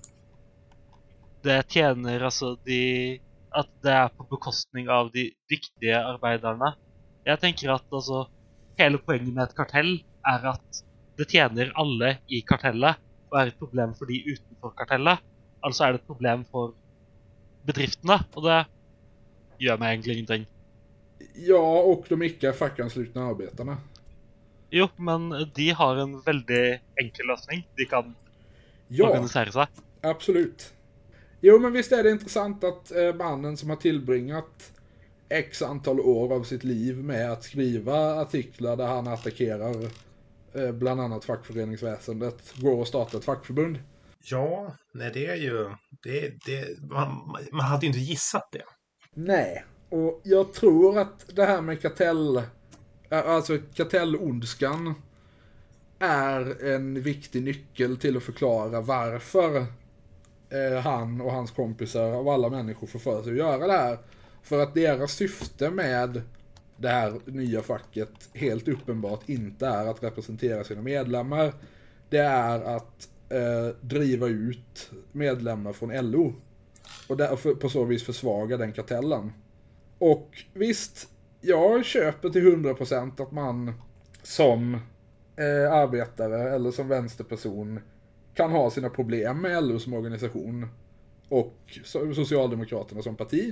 det tjener altså de at det er på bekostning av de dyktige arbeiderne. Jeg tenker at altså, hele poenget med et kartell er at det tjener alle i kartellet, og er et problem for de utenfor kartellet. Altså er det et problem for bedriftene, og det gjør meg egentlig ingenting. Ja, och de icke fackanslutna arbetarna. Jo, men de har en veldig enkel løsning. De kan Ja, organisere seg. absolut. Jo, men visst är det intressant att eh, mannen som har tillbringat x antal år av sitt liv med att skriva artiklar där han attackerar eh, bland annat fackföreningsväsendet går och startar ett fackförbund. Ja, nej, det är ju... Det, det, man, man hade ju inte gissat det. Nej, och jag tror att det här med kartell, alltså kartellondskan är en viktig nyckel till att förklara varför eh, han och hans kompisar av alla människor får för sig att göra det här. För att deras syfte med det här nya facket helt uppenbart inte är att representera sina medlemmar. Det är att eh, driva ut medlemmar från L O. Och därför på så vis försvaga den kartellen. Och visst, jag köper till hundra procent att man som eh, arbetare eller som vänsterperson kan ha sina problem med L O som organisation och Socialdemokraterna som parti.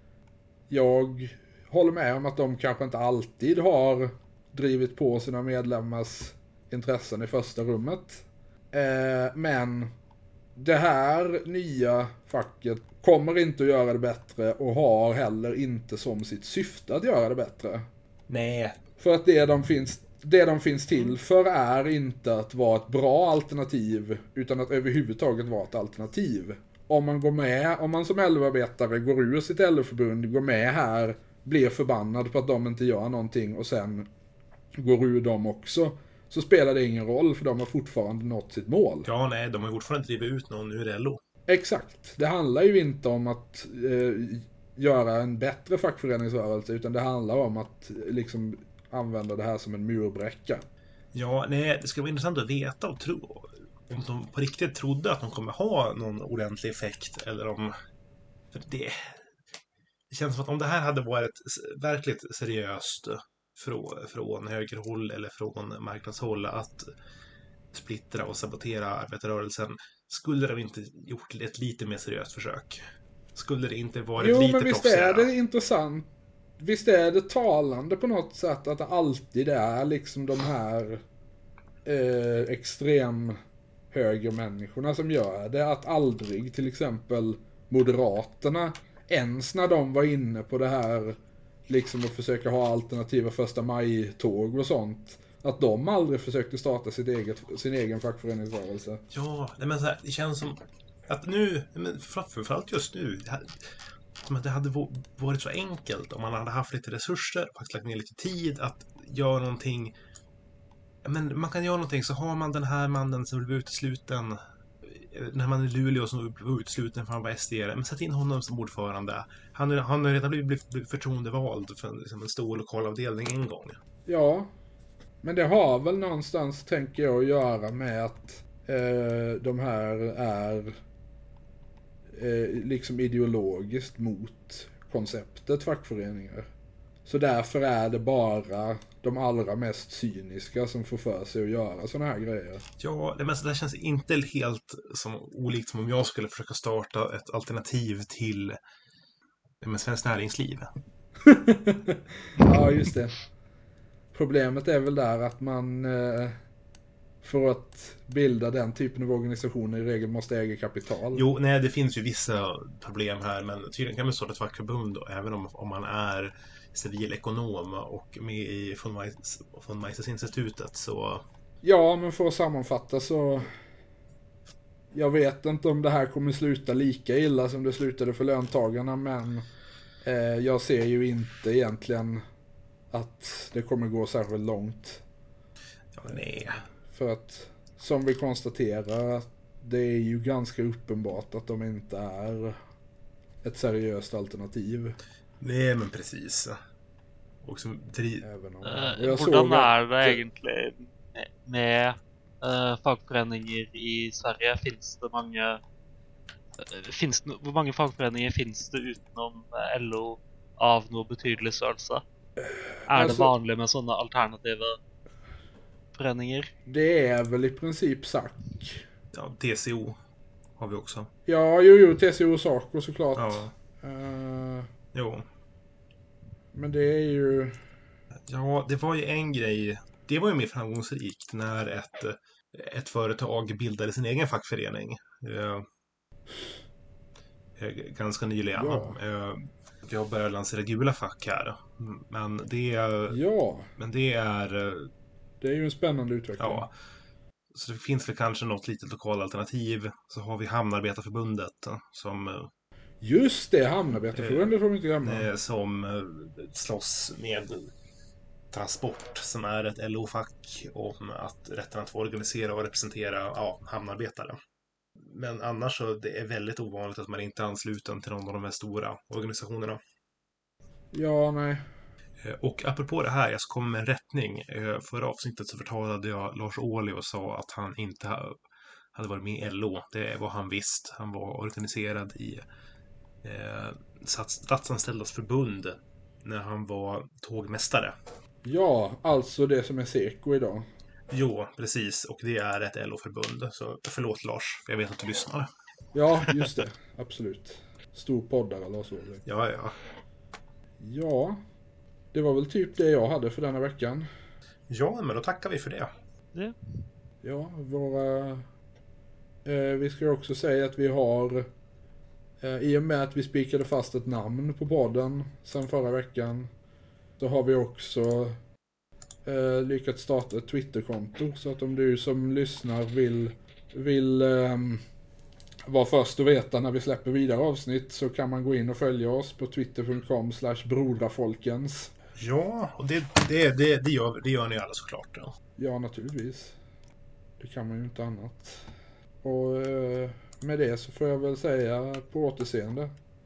Jag håller med om att de kanske inte alltid har drivit på sina medlemmars intressen i första rummet. Eh, men det här nya facket kommer inte att göra det bättre och har heller inte som sitt syfte att göra det bättre. Nej. För att det de finns, det de finns till för är inte att vara ett bra alternativ utan att överhuvudtaget vara ett alternativ. Om man går med, om man som L O-arbetare går ur sitt L O-förbund, går med här, blir förbannad på att de inte gör någonting och sen går ur dem också, så spelar det ingen roll för de har fortfarande nått sitt mål. Ja, nej, de har fortfarande drivit ut någon ur L O. Exakt. Det handlar ju inte om att eh, göra en bättre fackföreningsrörelse utan det handlar om att liksom använda det här som en murbräcka. Ja, nej, det ska vara intressant att veta och tro om de på riktigt trodde att de kommer ha någon ordentlig effekt eller om... För det, det känns som att om det här hade varit verkligt seriöst från, från högerhåll eller från marknadshåll att splittra och sabotera arbetarrörelsen, skulle de inte gjort ett lite mer seriöst försök? Skulle det inte varit jo, lite men visst proffsigare? är det intressant. Visst är det talande på något sätt att det alltid är liksom de här eh, extrem högermänniskorna som gör det. Att aldrig till exempel Moderaterna, ens när de var inne på det här liksom att försöka ha alternativa första maj-tåg och sånt, att de aldrig försökte starta sitt eget, sin egen fackföreningsrörelse. Ja, men så här, det känns som att nu, men framförallt just nu, det hade, som att det hade varit så enkelt om man hade haft lite resurser, faktiskt lagt ner lite tid att göra någonting. Men man kan göra någonting, så har man den här mannen som blev utesluten, den här mannen i Luleå som blev utesluten för han var S D-are, men sätt in honom som ordförande. Han, han har redan blivit, blivit förtroendevald för liksom en stor lokalavdelning en gång. Ja, men det har väl någonstans, tänker jag, att göra med att eh, de här är eh, liksom ideologiskt mot konceptet fackföreningar. Så därför är det bara de allra mest cyniska som får för sig att göra såna här grejer. Ja, det, men det känns inte helt som olikt som om jag skulle försöka starta ett alternativ till med Svenskt Näringsliv. Ja, just det. Problemet är väl där att man eh, för att bilda den typen av organisationer i regel måste äga kapital. Jo, nej, det finns ju vissa problem här, men tydligen kan man starta ett fackförbund då, även om, om man är civilekonom och med i von Mises-institutet, så... Ja, men för att sammanfatta så... Jag vet inte om det här kommer sluta lika illa som det slutade för löntagarna, men eh, jag ser ju inte egentligen att det kommer gå särskilt långt. Ja, nej. För att, som vi konstaterar, det är ju ganska uppenbart att de inte är ett seriöst alternativ. Nej, men precis. Och som dri- Även om, Uh, jag hvordan såg er att- det egentlig med uh, fagforeninger i Sverige? Finns det mange uh, finns no Hvor mange fagforeninger finns det utenom uh, L O av noe betydelig størrelse? Er det Altså- vanlig med sånne alternative foreninger? Det är väl i princip S A C. Ja, T C O har vi också. Ja, jo, jo, T C O och SACO såklart. Ja, Eh, jo. men det är ju... Ja, det var ju en grej. Det var ju mer framgångsrikt när ett, ett företag bildade sin egen fackförening. Eh, eh, ganska nyligen. Ja. Eh, vi har börjat lansera gula fack här. Men det är... Ja, Men det är... eh, det är ju en spännande utveckling. Ja. Så det finns väl kanske något litet lokalalternativ. Så har vi Hamnarbetarförbundet som... eh, Just det, Hamnarbetarförbundet får vi inte glömma. eh, som eh, slåss med Transport, som är ett L O-fack, om att rätten att få organisera och representera ja, hamnarbetare. Men annars så det är väldigt ovanligt att man inte är ansluten till någon av de här stora organisationerna. Ja, nej. Eh, Och apropå det här, jag ska komma med en rättning. Eh, Förra avsnittet så förtalade jag Lars Ohly och sa att han inte ha- hade varit med i L O. Det var han visst. Han var organiserad i eh, Stats- Statsanställdas förbund när han var tågmästare. Ja, alltså det som är Seko idag. Jo, precis. Och det är ett L O-förbund. Så förlåt Lars, för jag vet att du lyssnar. Ja, just det. Absolut. Stor poddare, Lars Ohly. Ja, ja. Ja, det var väl typ det jag hade för denna veckan. Ja, men då tackar vi för det. Ja. Ja, våra... Eh, vi ska ju också säga att vi har... Eh, I och med att vi spikade fast ett namn på podden sen förra veckan, så har vi också eh, lyckats starta ett Twitterkonto. Så att om du som lyssnar vill, vill eh, vara först och veta när vi släpper vidare avsnitt, så kan man gå in och följa oss på twitter punkt com slash brodrafolkens. Ja, och det, det, det, det, gör, det gör ni alla såklart. Ja. Ja, naturligtvis. Det kan man ju inte annat. Och eh, med det så får jag väl säga på återseende.